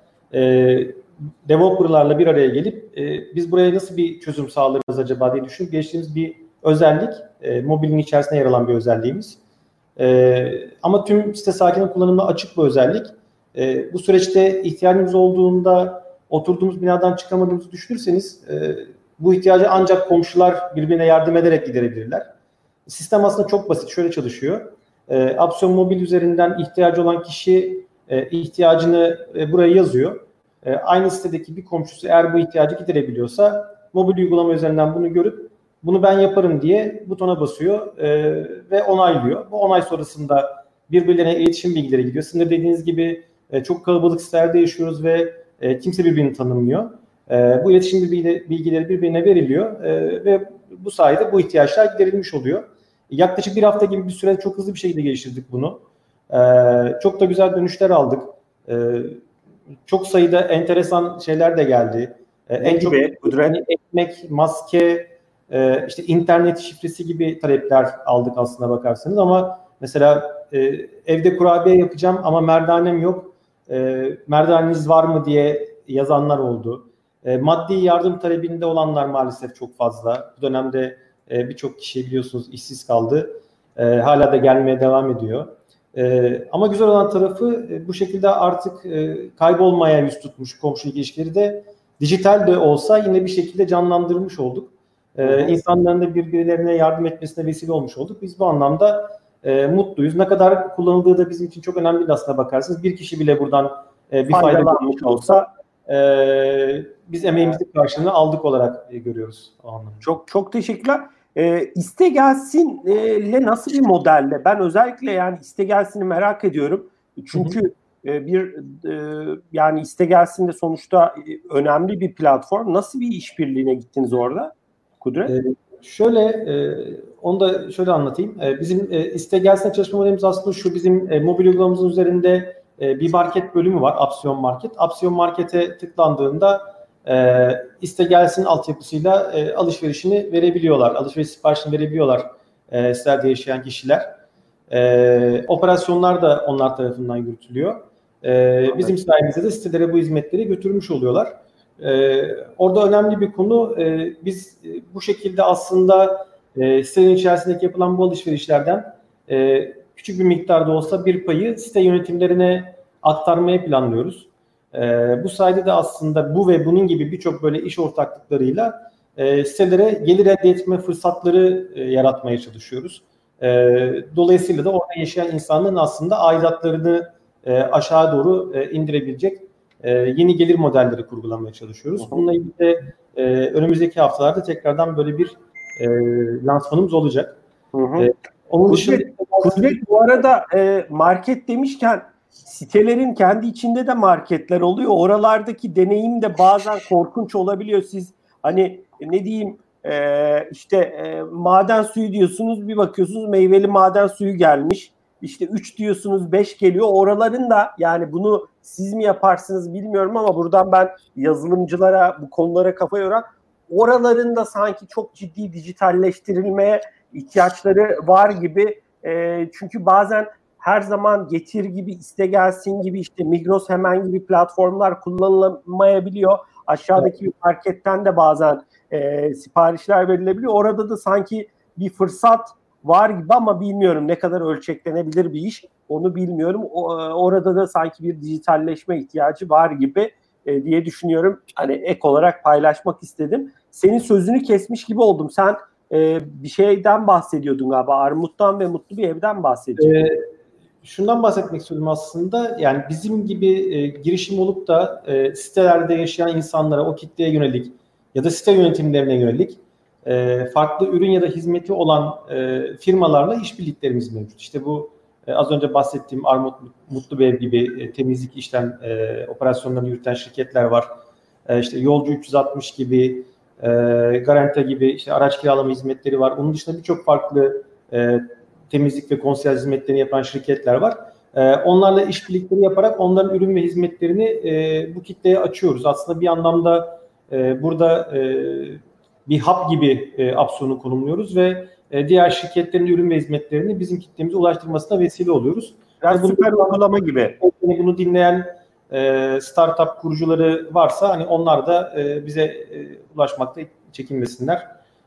developerlarla bir araya gelip biz buraya nasıl bir çözüm sağlarız acaba diye düşünüp geçtiğimiz bir özellik. Mobilin içerisinde yer alan bir özelliğimiz. Ama tüm site sakininin kullanımına açık bir özellik. Bu süreçte ihtiyacımız olduğunda oturduğumuz binadan çıkamadığımızı düşünürseniz bu ihtiyacı ancak komşular birbirine yardım ederek giderebilirler. Sistem aslında çok basit. Şöyle çalışıyor. Apsiyon Mobil üzerinden ihtiyacı olan kişi ihtiyacını buraya yazıyor. Aynı sitedeki bir komşusu eğer bu ihtiyacı giderebiliyorsa mobil uygulama üzerinden bunu görüp bunu ben yaparım diye butona basıyor ve onaylıyor. Bu onay sonrasında birbirlerine iletişim bilgileri gidiyor. Sizin de dediğiniz gibi çok kalabalık sitelerde yaşıyoruz ve kimse birbirini tanımıyor. Bu iletişim bilgileri birbirine veriliyor ve bu sayede bu ihtiyaçlar giderilmiş oluyor. Yaklaşık bir hafta gibi bir süre çok hızlı bir şekilde geliştirdik bunu. Çok da güzel dönüşler aldık. Çok sayıda enteresan şeyler de geldi. En çok ekmek, maske, işte internet şifresi gibi talepler aldık aslına bakarsanız, ama mesela evde kurabiye yapacağım ama merdanem yok. Merdaneniz var mı diye yazanlar oldu. Maddi yardım talebinde olanlar maalesef çok fazla. Bu dönemde birçok kişi biliyorsunuz işsiz kaldı. Hala da gelmeye devam ediyor. Ama güzel olan tarafı bu şekilde artık kaybolmaya yüz tutmuş komşu ilişkileri de dijital de olsa yine bir şekilde canlandırmış olduk. İnsanların da birbirlerine yardım etmesine vesile olmuş olduk. Biz bu anlamda mutluyuz. Ne kadar kullanıldığı da bizim için çok önemli değil aslına bakarsanız. Bir kişi bile buradan bir fayda görmüş olsa biz emeğimizin karşılığını aldık olarak görüyoruz o anlamda. Çok teşekkürler. İstegelsin'le nasıl bir modelle? Ben özellikle yani İstegelsin'i merak ediyorum. Çünkü yani İstegelsin'de sonuçta önemli bir platform. Nasıl bir işbirliğine gittiniz orada Kudret? Onu da şöyle anlatayım. Bizim İstegelsin'le çalışma modelimiz aslında şu: bizim mobil uygulamamızın üzerinde bir market bölümü var, Apsiyon Market. Apsiyon Market'e tıklandığında İstegelsin altyapısıyla alışverişini verebiliyorlar. Alışveriş siparişini verebiliyorlar sitelerde yaşayan kişiler. Operasyonlar da onlar tarafından yürütülüyor. Bizim sayemizde de sitelere bu hizmetleri götürmüş oluyorlar. Orada önemli bir konu, biz bu şekilde aslında sitenin içerisindeki yapılan bu alışverişlerden küçük bir miktarda olsa bir payı site yönetimlerine aktarmayı planlıyoruz. Bu sayede de aslında bu ve bunun gibi birçok böyle iş ortaklıklarıyla sitelere gelir elde etme fırsatları yaratmaya çalışıyoruz. Dolayısıyla da orada yaşayan insanların aslında aidatlarını aşağı doğru indirebilecek yeni gelir modelleri kurgulamaya çalışıyoruz. Bununla ilgili de önümüzdeki haftalarda tekrardan böyle bir lansmanımız olacak. Onun dışında Kudret, bu arada market demişken sitelerin kendi içinde de marketler oluyor. Oralardaki deneyim de bazen korkunç olabiliyor. Siz hani ne diyeyim maden suyu diyorsunuz, bir bakıyorsunuz meyveli maden suyu gelmiş. İşte 3 diyorsunuz 5 geliyor. Oraların da yani bunu siz mi yaparsınız bilmiyorum ama buradan ben yazılımcılara, bu konulara kafa yoran, oraların da sanki çok ciddi dijitalleştirilmeye ihtiyaçları var gibi. Çünkü bazen her zaman Getir gibi, İstegelsin gibi, işte Migros Hemen gibi platformlar kullanılamayabiliyor. Aşağıdaki bir marketten de bazen siparişler verilebiliyor. Orada da sanki bir fırsat var gibi ama bilmiyorum ne kadar ölçeklenebilir bir iş, onu bilmiyorum. Orada da sanki bir dijitalleşme ihtiyacı var gibi diye düşünüyorum. Hani ek olarak paylaşmak istedim. Senin sözünü kesmiş gibi oldum. Sen bir şeyden bahsediyordun galiba. Armut'tan ve Mutlu Bir Ev'den bahsediyordun. Şundan bahsetmek istiyorum aslında. Yani bizim gibi girişim olup da sitelerde yaşayan insanlara, o kitleye yönelik ya da site yönetimlerine yönelik farklı ürün ya da hizmeti olan firmalarla işbirliklerimiz mevcut. İşte bu az önce bahsettiğim Armut, Mutlu Bir Ev gibi temizlik işlem operasyonlarını yürüten şirketler var. İşte Yolcu 360 gibi, Garante gibi işte araç kiralama hizmetleri var. Onun dışında birçok farklı temizlik ve konsiyerj hizmetlerini yapan şirketler var. Onlarla işbirlikleri yaparak onların ürün ve hizmetlerini bu kitleye açıyoruz. Aslında bir anlamda burada bir hub gibi Apsiyon'u konumluyoruz ve diğer şirketlerin ürün ve hizmetlerini bizim kitlemize ulaştırmasına vesile oluyoruz. Biraz süper uygulama gibi. Bunu dinleyen startup kurucuları varsa hani onlar da bize ulaşmakta çekinmesinler.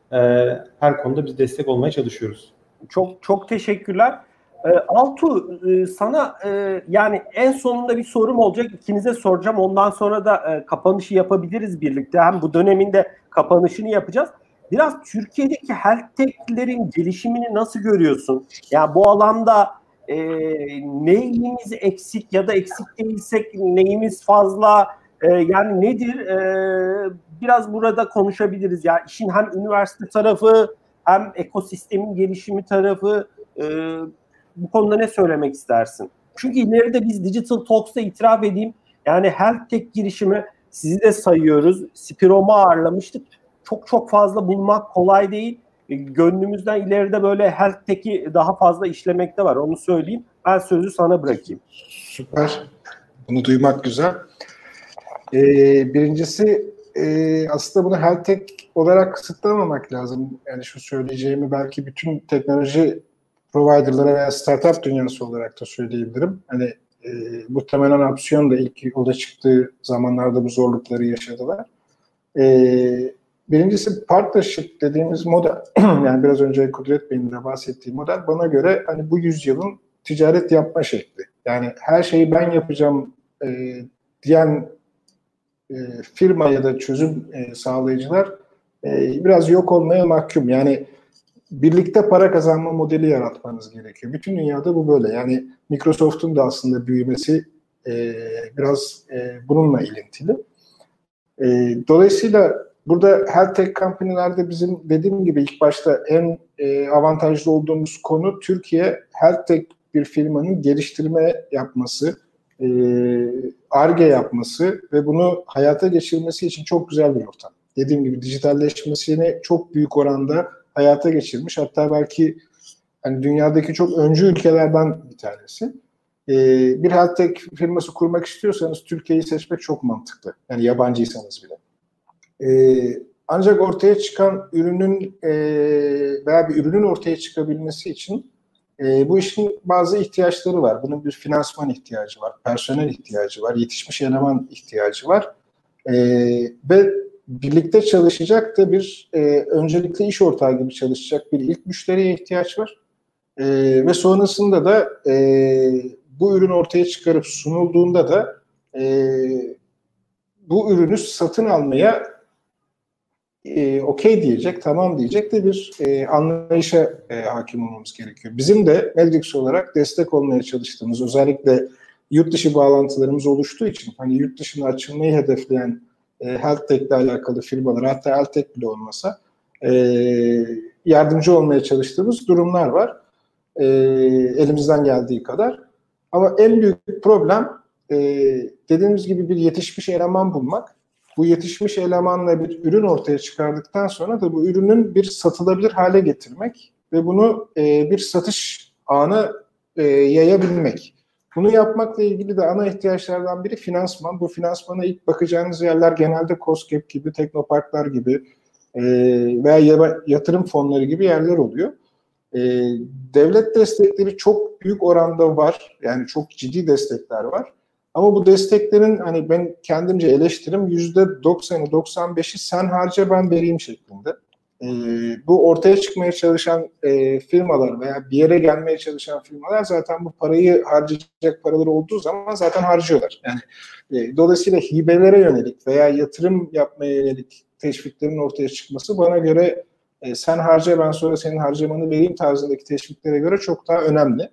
Her konuda biz destek olmaya çalışıyoruz. Çok teşekkürler. Altuğ, sana yani en sonunda bir sorum olacak. İkinize soracağım. Ondan sonra da kapanışı yapabiliriz birlikte. Hem bu dönemin de kapanışını yapacağız. Biraz Türkiye'deki health tech'lerin gelişimini nasıl görüyorsun? Yani bu alanda neyimiz eksik ya da eksik değilsek neyimiz fazla? Yani nedir? Biraz burada konuşabiliriz. Ya işin hem üniversite tarafı hem ekosistemin gelişimi tarafı, bu konuda ne söylemek istersin? Çünkü ileride biz Digital Talks'ta itiraf edeyim, yani Health Tech girişimi, sizi de sayıyoruz. Spirom'u ağırlamıştık. Çok fazla bulmak kolay değil. Gönlümüzden ileride böyle Health Tech'i daha fazla işlemekte var. Onu söyleyeyim. Ben sözü sana bırakayım. Süper. Bunu duymak güzel. Birincisi aslında bunu Health Tech olarak kısıtlamamak lazım. Yani şu söyleyeceğimi belki bütün teknoloji providerlara veya startup dünyası olarak da söyleyebilirim. Hani muhtemelen Opsiyon da ilk yola çıktığı zamanlarda bu zorlukları yaşadılar. Birincisi partnership dediğimiz model, yani biraz önce Kudret Bey'in de bahsettiği model bana göre hani bu yüzyılın ticaret yapma şekli. Yani her şeyi ben yapacağım diyen firma ya da çözüm sağlayıcılar biraz yok olmaya mahkum. Yani birlikte para kazanma modeli yaratmanız gerekiyor. Bütün dünyada bu böyle. Yani Microsoft'un da aslında büyümesi biraz bununla ilintili. Dolayısıyla burada health tech company'lerde bizim dediğim gibi ilk başta en avantajlı olduğumuz konu Türkiye health tech bir firmanın geliştirme yapması, Ar-Ge yapması ve bunu hayata geçirmesi için çok güzel bir ortam. Dediğim gibi dijitalleşmesini çok büyük oranda hayata geçirmiş. Hatta belki hani dünyadaki çok öncü ülkelerden bir tanesi. Bir health tech firması kurmak istiyorsanız Türkiye'yi seçmek çok mantıklı. Yani yabancıysanız bile. Ancak ortaya çıkan ürünün veya bir ürünün ortaya çıkabilmesi için bu işin bazı ihtiyaçları var. Bunun bir finansman ihtiyacı var, personel ihtiyacı var, yetişmiş eleman ihtiyacı var. Ve birlikte çalışacak da bir öncelikle iş ortağı gibi çalışacak bir ilk müşteriye ihtiyaç var. Ve sonrasında da bu ürün ortaya çıkarıp sunulduğunda da bu ürünü satın almaya okey diyecek, tamam diyecek de bir anlayışa hakim olmamız gerekiyor. Bizim de Meldix olarak destek olmaya çalıştığımız, özellikle yurt dışı bağlantılarımız oluştuğu için hani yurt dışına açılmayı hedefleyen health tech ile alakalı firmalar, hatta health tech bile olmasa yardımcı olmaya çalıştığımız durumlar var. Elimizden geldiği kadar. Ama en büyük problem dediğimiz gibi bir yetişmiş eleman bulmak. Bu yetişmiş elemanla bir ürün ortaya çıkardıktan sonra da bu ürünün bir satılabilir hale getirmek ve bunu bir satış ağına yayabilmek. Bunu yapmakla ilgili de ana ihtiyaçlardan biri finansman. Bu finansmana ilk bakacağınız yerler genelde KOSGEB gibi, teknoparklar gibi veya yatırım fonları gibi yerler oluyor. Devlet destekleri çok büyük oranda var. Yani çok ciddi destekler var. Ama bu desteklerin hani ben kendimce eleştirim %90'ı 95'i sen harca ben vereyim şeklinde. Bu ortaya çıkmaya çalışan firmalar veya bir yere gelmeye çalışan firmalar zaten bu parayı harcayacak paraları olduğu zaman zaten harcıyorlar. Yani dolayısıyla hibelere yönelik veya yatırım yapmaya yönelik teşviklerin ortaya çıkması bana göre sen harca ben sonra senin harcamanı vereyim tarzındaki teşviklere göre çok daha önemli.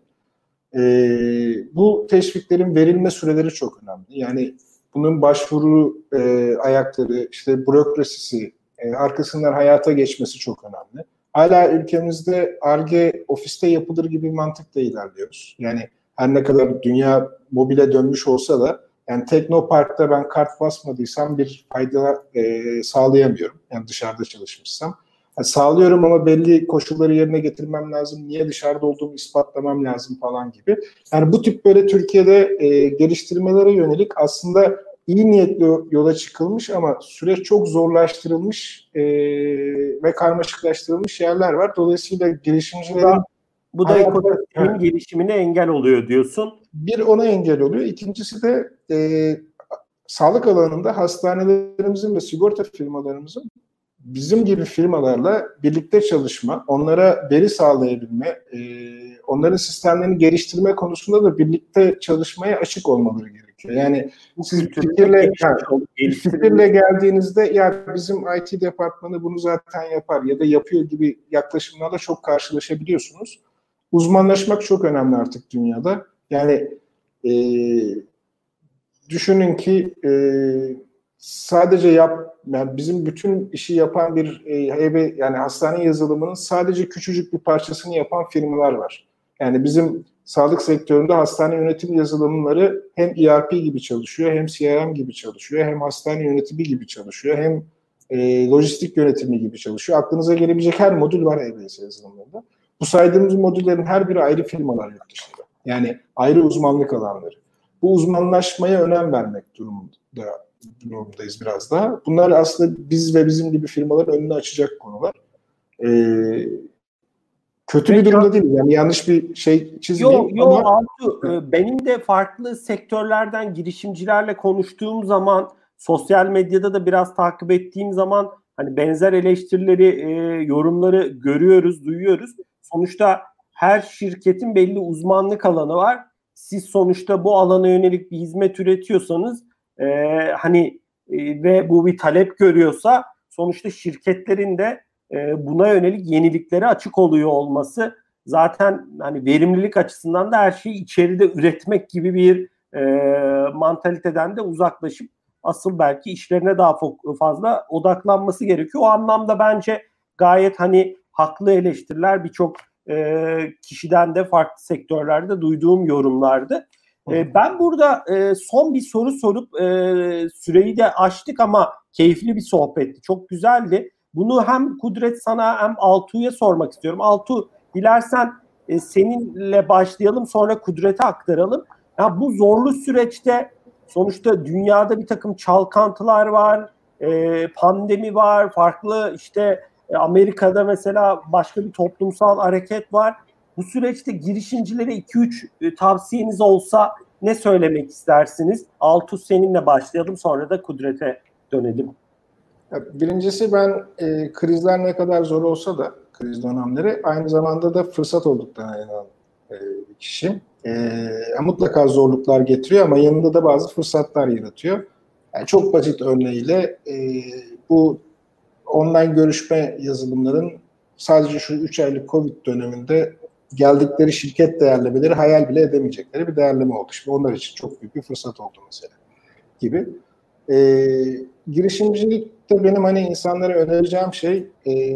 Bu teşviklerin verilme süreleri çok önemli. Yani bunun başvuru ayakları, işte bürokrasisi, arkasından hayata geçmesi çok önemli. Hala ülkemizde Ar-Ge ofiste yapılır gibi bir mantıkla ilerliyoruz. Yani her ne kadar dünya mobile dönmüş olsa da yani Teknopark'ta ben kart basmadıysam bir fayda sağlayamıyorum. Yani dışarıda çalışmışsam. Yani sağlıyorum ama belli koşulları yerine getirmem lazım. Niye dışarıda olduğumu ispatlamam lazım falan gibi. Yani bu tip böyle Türkiye'de geliştirmelere yönelik aslında iyi niyetli yola çıkılmış ama süreç çok zorlaştırılmış ve karmaşıklaştırılmış yerler var. Dolayısıyla girişimcilerin bu da ekosistemin gelişimine engel oluyor diyorsun. Bir ona engel oluyor. İkincisi de sağlık alanında hastanelerimizin ve sigorta firmalarımızın bizim gibi firmalarla birlikte çalışma, onlara veri sağlayabilme, onların sistemlerini geliştirme konusunda da birlikte çalışmaya açık olmaları gerekiyor. Yani siz fikirle geldiğinizde ya bizim IT departmanı bunu zaten yapar ya da yapıyor gibi yaklaşımlarla çok karşılaşabiliyorsunuz. Uzmanlaşmak çok önemli artık dünyada. Yani düşünün ki sadece yani bizim bütün işi yapan bir yani hastane yazılımının sadece küçücük bir parçasını yapan firmalar var. Yani bizim sağlık sektöründe hastane yönetim yazılımları hem ERP gibi çalışıyor, hem CRM gibi çalışıyor, hem hastane yönetimi gibi çalışıyor, hem lojistik yönetimi gibi çalışıyor. Aklınıza gelebilecek her modül var EBS yazılımlarında. Bu saydığımız modüllerin her biri ayrı firmalar yurt dışında. Yani ayrı uzmanlık alanları. Bu uzmanlaşmaya önem vermek durumundayız biraz daha. Bunlar aslında biz ve bizim gibi firmaların önünü açacak konular. Kötü bir durumda değil. Yani yanlış bir şey çizmeyeyim. Yok Altuğ, benim de farklı sektörlerden girişimcilerle konuştuğum zaman, sosyal medyada da biraz takip ettiğim zaman hani benzer eleştirileri, yorumları görüyoruz, duyuyoruz. Sonuçta her şirketin belli uzmanlık alanı var. Siz sonuçta bu alana yönelik bir hizmet üretiyorsanız ve bu bir talep görüyorsa sonuçta şirketlerin de buna yönelik yeniliklere açık oluyor olması zaten hani verimlilik açısından da her şeyi içeride üretmek gibi bir mantaliteden de uzaklaşıp asıl belki işlerine daha fazla odaklanması gerekiyor. O anlamda bence gayet hani haklı eleştiriler birçok kişiden de farklı sektörlerde duyduğum yorumlardı. Ben burada son bir soru sorup süreyi de aştık ama keyifli bir sohbetti. Çok güzeldi. Bunu hem Kudret sana hem Altuğ'a sormak istiyorum. Altuğ, dilersen seninle başlayalım, sonra Kudret'e aktaralım. Ya bu zorlu süreçte sonuçta dünyada bir takım çalkantılar var, pandemi var, farklı Amerika'da mesela başka bir toplumsal hareket var. Bu süreçte girişimcilere 2-3 tavsiyeniz olsa ne söylemek istersiniz? Altuğ, seninle başlayalım, sonra da Kudret'e dönelim. Birincisi ben krizler ne kadar zor olsa da kriz dönemleri aynı zamanda da fırsat olduklarına inanan bir kişiyim. Mutlaka zorluklar getiriyor ama yanında da bazı fırsatlar yaratıyor. Yani çok basit örneğiyle bu online görüşme yazılımların sadece şu 3 aylık Covid döneminde geldikleri şirket değerlemeleri hayal bile edemeyecekleri bir değerleme oldu. Şimdi onlar için çok büyük bir fırsat oldu mesela gibi. Girişimcilikte benim hani insanlara önereceğim şey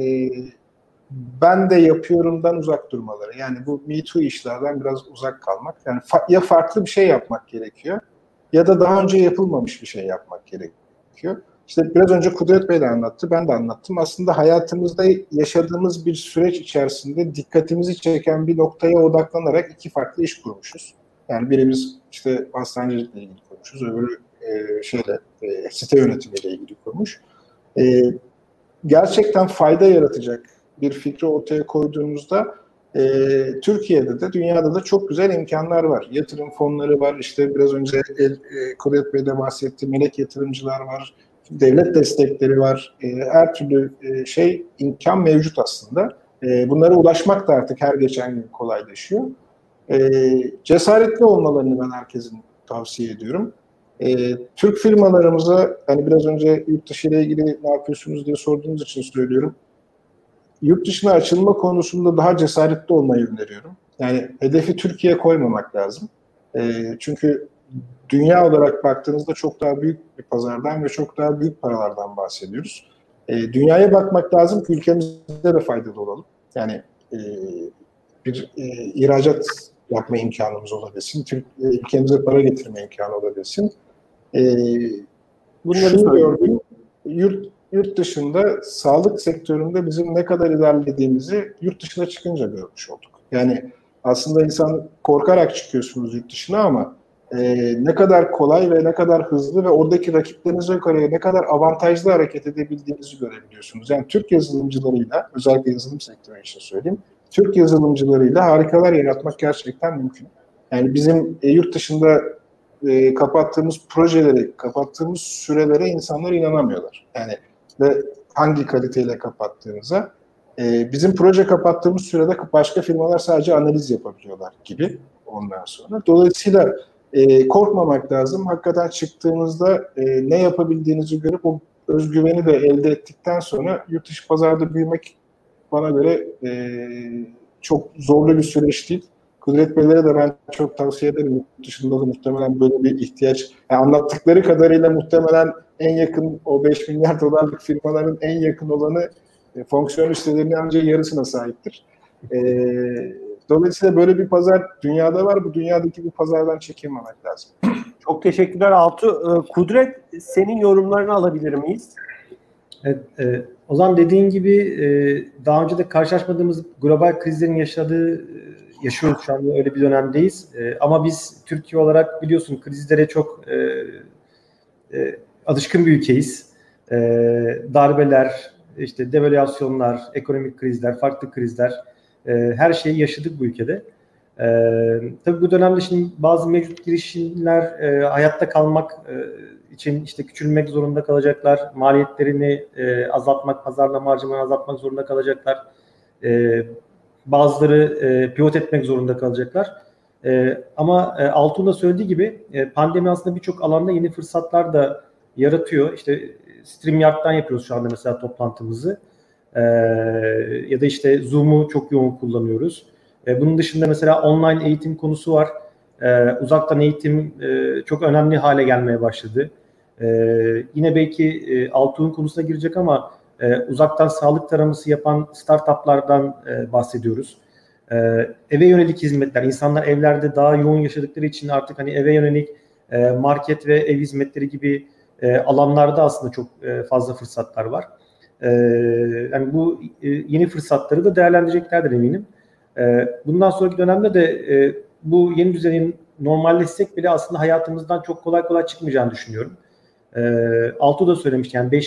ben de yapıyorumdan uzak durmaları. Yani bu Me Too işlerden biraz uzak kalmak. Yani ya farklı bir şey yapmak gerekiyor ya da daha önce yapılmamış bir şey yapmak gerekiyor. İşte biraz önce Kudret Bey de anlattı, ben de anlattım. Aslında hayatımızda yaşadığımız bir süreç içerisinde dikkatimizi çeken bir noktaya odaklanarak iki farklı iş kurmuşuz. Yani birimiz işte hastanecilikle ilgili kurmuşuz, öbürü site yönetimiyle ilgili kurmuş. Gerçekten fayda yaratacak bir fikri ortaya koyduğumuzda Türkiye'de de dünyada da çok güzel imkanlar var. Yatırım fonları var, işte biraz önce Kudret Bey de bahsetti, melek yatırımcılar var, devlet destekleri var. Her türlü imkan mevcut aslında. Bunlara ulaşmak da artık her geçen gün kolaylaşıyor. Cesaretli olmalarını ben herkesin tavsiye ediyorum. Türk firmalarımıza hani biraz önce yurt dışı ile ilgili ne yapıyorsunuz diye sorduğunuz için söylüyorum. Yurt dışına açılma konusunda daha cesaretli olmayı öneriyorum. Yani hedefi Türkiye koymamak lazım. Çünkü dünya olarak baktığınızda çok daha büyük bir pazardan ve çok daha büyük paralardan bahsediyoruz. Dünyaya bakmak lazım ki ülkemizde de faydalı olalım. Yani bir ihracat yapma imkanımız olabilsin, ülkemize para getirme imkanı olabilsin. Şunu gördüm, yurt dışında sağlık sektöründe bizim ne kadar ilerlediğimizi yurt dışına çıkınca görmüş olduk. Yani aslında insan korkarak çıkıyorsunuz yurt dışına ama ne kadar kolay ve ne kadar hızlı ve oradaki rakiplerinize göre ne kadar avantajlı hareket edebildiğinizi görebiliyorsunuz. Yani Türk yazılımcılarıyla, özellikle yazılım sektörü için söyleyeyim, Türk yazılımcılarıyla harikalar yaratmak gerçekten mümkün. Yani bizim yurt dışında kapattığımız projeleri, kapattığımız sürelere insanlar inanamıyorlar. Yani ve hangi kaliteyle kapattığınıza. Bizim proje kapattığımız sürede başka firmalar sadece analiz yapabiliyorlar gibi ondan sonra. Dolayısıyla korkmamak lazım. Hakikaten çıktığınızda ne yapabildiğinizi görüp o özgüveni de elde ettikten sonra yurt dışı pazarda büyümek bana göre çok zorlu bir süreç değil. Kudret Beylere de ben çok tavsiye ederim. Yurt dışında da muhtemelen böyle bir ihtiyaç. Yani anlattıkları kadarıyla muhtemelen en yakın o 5 milyar dolarlık firmaların en yakın olanı fonksiyon listelerinin ancak yarısına sahiptir. Dolayısıyla böyle bir pazar dünyada var. Bu dünyadaki bu pazardan çekinmemek lazım. Çok teşekkürler Altu. Kudret, senin yorumlarını alabilir miyiz? Evet, o zaman dediğin gibi daha önce de karşılaşmadığımız global krizlerin yaşıyoruz şu anda, öyle bir dönemdeyiz. Ama biz Türkiye olarak biliyorsun krizlere çok alışkın bir ülkeyiz. Darbeler, işte devalüasyonlar, ekonomik krizler, farklı krizler, her şeyi yaşadık bu ülkede. Tabii bu dönemde şimdi bazı mevcut girişimler hayatta kalmak için işte küçülmek zorunda kalacaklar, maliyetlerini azaltmak, pazarlama harcamalarını azaltmak zorunda kalacaklar. Bazıları pivot etmek zorunda kalacaklar. Ama Altuğ'un da söylediği gibi pandemi aslında birçok alanda yeni fırsatlar da yaratıyor. İşte StreamYard'dan yapıyoruz şu anda mesela toplantımızı. Ya da işte Zoom'u çok yoğun kullanıyoruz. Bunun dışında mesela online eğitim konusu var. Uzaktan eğitim çok önemli hale gelmeye başladı. Yine belki Altuğ'un konusuna girecek ama uzaktan sağlık taraması yapan startuplardan bahsediyoruz. Eve yönelik hizmetler, insanlar evlerde daha yoğun yaşadıkları için artık hani eve yönelik market ve ev hizmetleri gibi alanlarda aslında çok fazla fırsatlar var. Yani bu yeni fırsatları da değerlendireceklerdir eminim. Bundan sonraki dönemde de bu yeni düzenin normalleşsek bile aslında hayatımızdan çok kolay kolay çıkmayacağını düşünüyorum. Altuğ da söylemişti, yani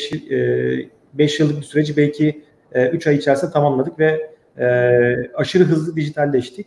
5 yıllık bir süreci belki 3 ay içerisinde tamamladık ve aşırı hızlı dijitalleştik.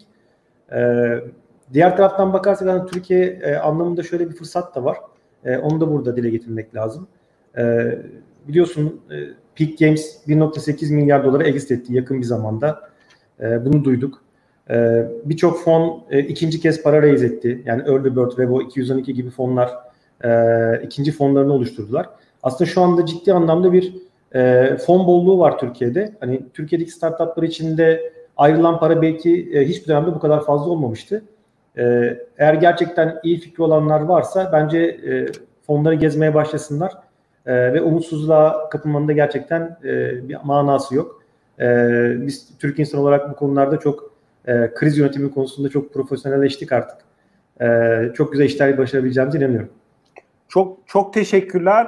Diğer taraftan bakarsak yani Türkiye anlamında şöyle bir fırsat da var. Onu da burada dile getirmek lazım. Biliyorsun Peak Games 1.8 milyar dolara exit etti yakın bir zamanda. Bunu duyduk. Birçok fon ikinci kez para raise etti. Yani Early Bird, Revo 212 gibi fonlar ikinci fonlarını oluşturdular. Aslında şu anda ciddi anlamda bir fon bolluğu var Türkiye'de. Hani Türkiye'deki startuplar içinde ayrılan para belki hiçbir dönemde bu kadar fazla olmamıştı. Eğer gerçekten iyi fikri olanlar varsa bence fonları gezmeye başlasınlar ve umutsuzluğa kapılmanın da gerçekten bir manası yok. Biz Türk insan olarak bu konularda çok kriz yönetimi konusunda çok profesyonelleştik artık. Çok güzel işler başarabileceğimize inanıyorum. Çok teşekkürler.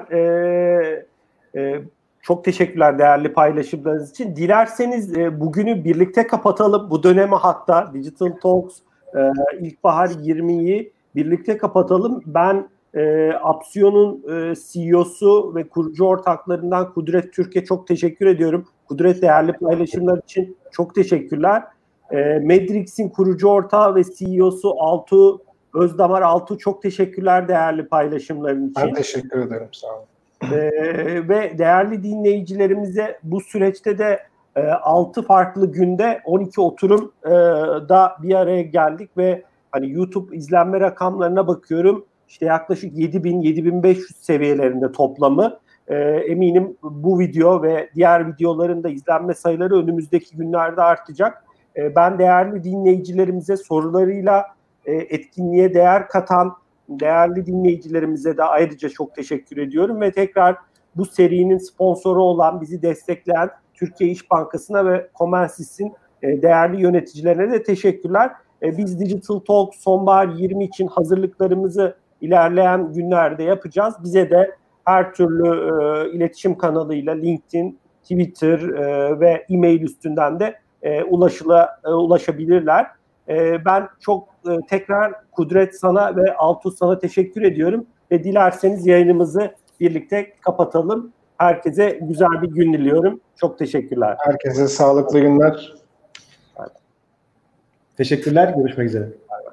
Çok teşekkürler değerli paylaşımlarınız için. Dilerseniz bugünü birlikte kapatalım. Bu dönemi hatta Digital Talks İlkbahar 20'yi birlikte kapatalım. Ben Apsiyon'un CEO'su ve kurucu ortaklarından Kudret Türk'e çok teşekkür ediyorum. Kudret, değerli paylaşımlar için çok teşekkürler. Medrix'in kurucu ortağı ve CEO'su Altuğ Özdamar. Altuğ, çok teşekkürler değerli paylaşımların için. Ben teşekkür ederim, sağ olun. Ve değerli dinleyicilerimize bu süreçte de 6 farklı günde 12 oturum da bir araya geldik ve hani YouTube izlenme rakamlarına bakıyorum. İşte yaklaşık 7.000-7.500 seviyelerinde toplamı. Eminim bu video ve diğer videoların da izlenme sayıları önümüzdeki günlerde artacak. Ben değerli dinleyicilerimize sorularıyla etkinliğe değer katan değerli dinleyicilerimize de ayrıca çok teşekkür ediyorum ve tekrar bu serinin sponsoru olan, bizi destekleyen Türkiye İş Bankası'na ve Comensis'in değerli yöneticilerine de teşekkürler. Biz Digital Talk sonbahar 20 için hazırlıklarımızı ilerleyen günlerde yapacağız. Bize de her türlü iletişim kanalıyla LinkedIn, Twitter ve e-mail üstünden de ulaşabilirler. Ben çok tekrar Kudret sana ve Altuğ sana teşekkür ediyorum ve dilerseniz yayınımızı birlikte kapatalım. Herkese güzel bir gün diliyorum. Çok teşekkürler. Herkese sağlıklı günler. Teşekkürler. Görüşmek üzere.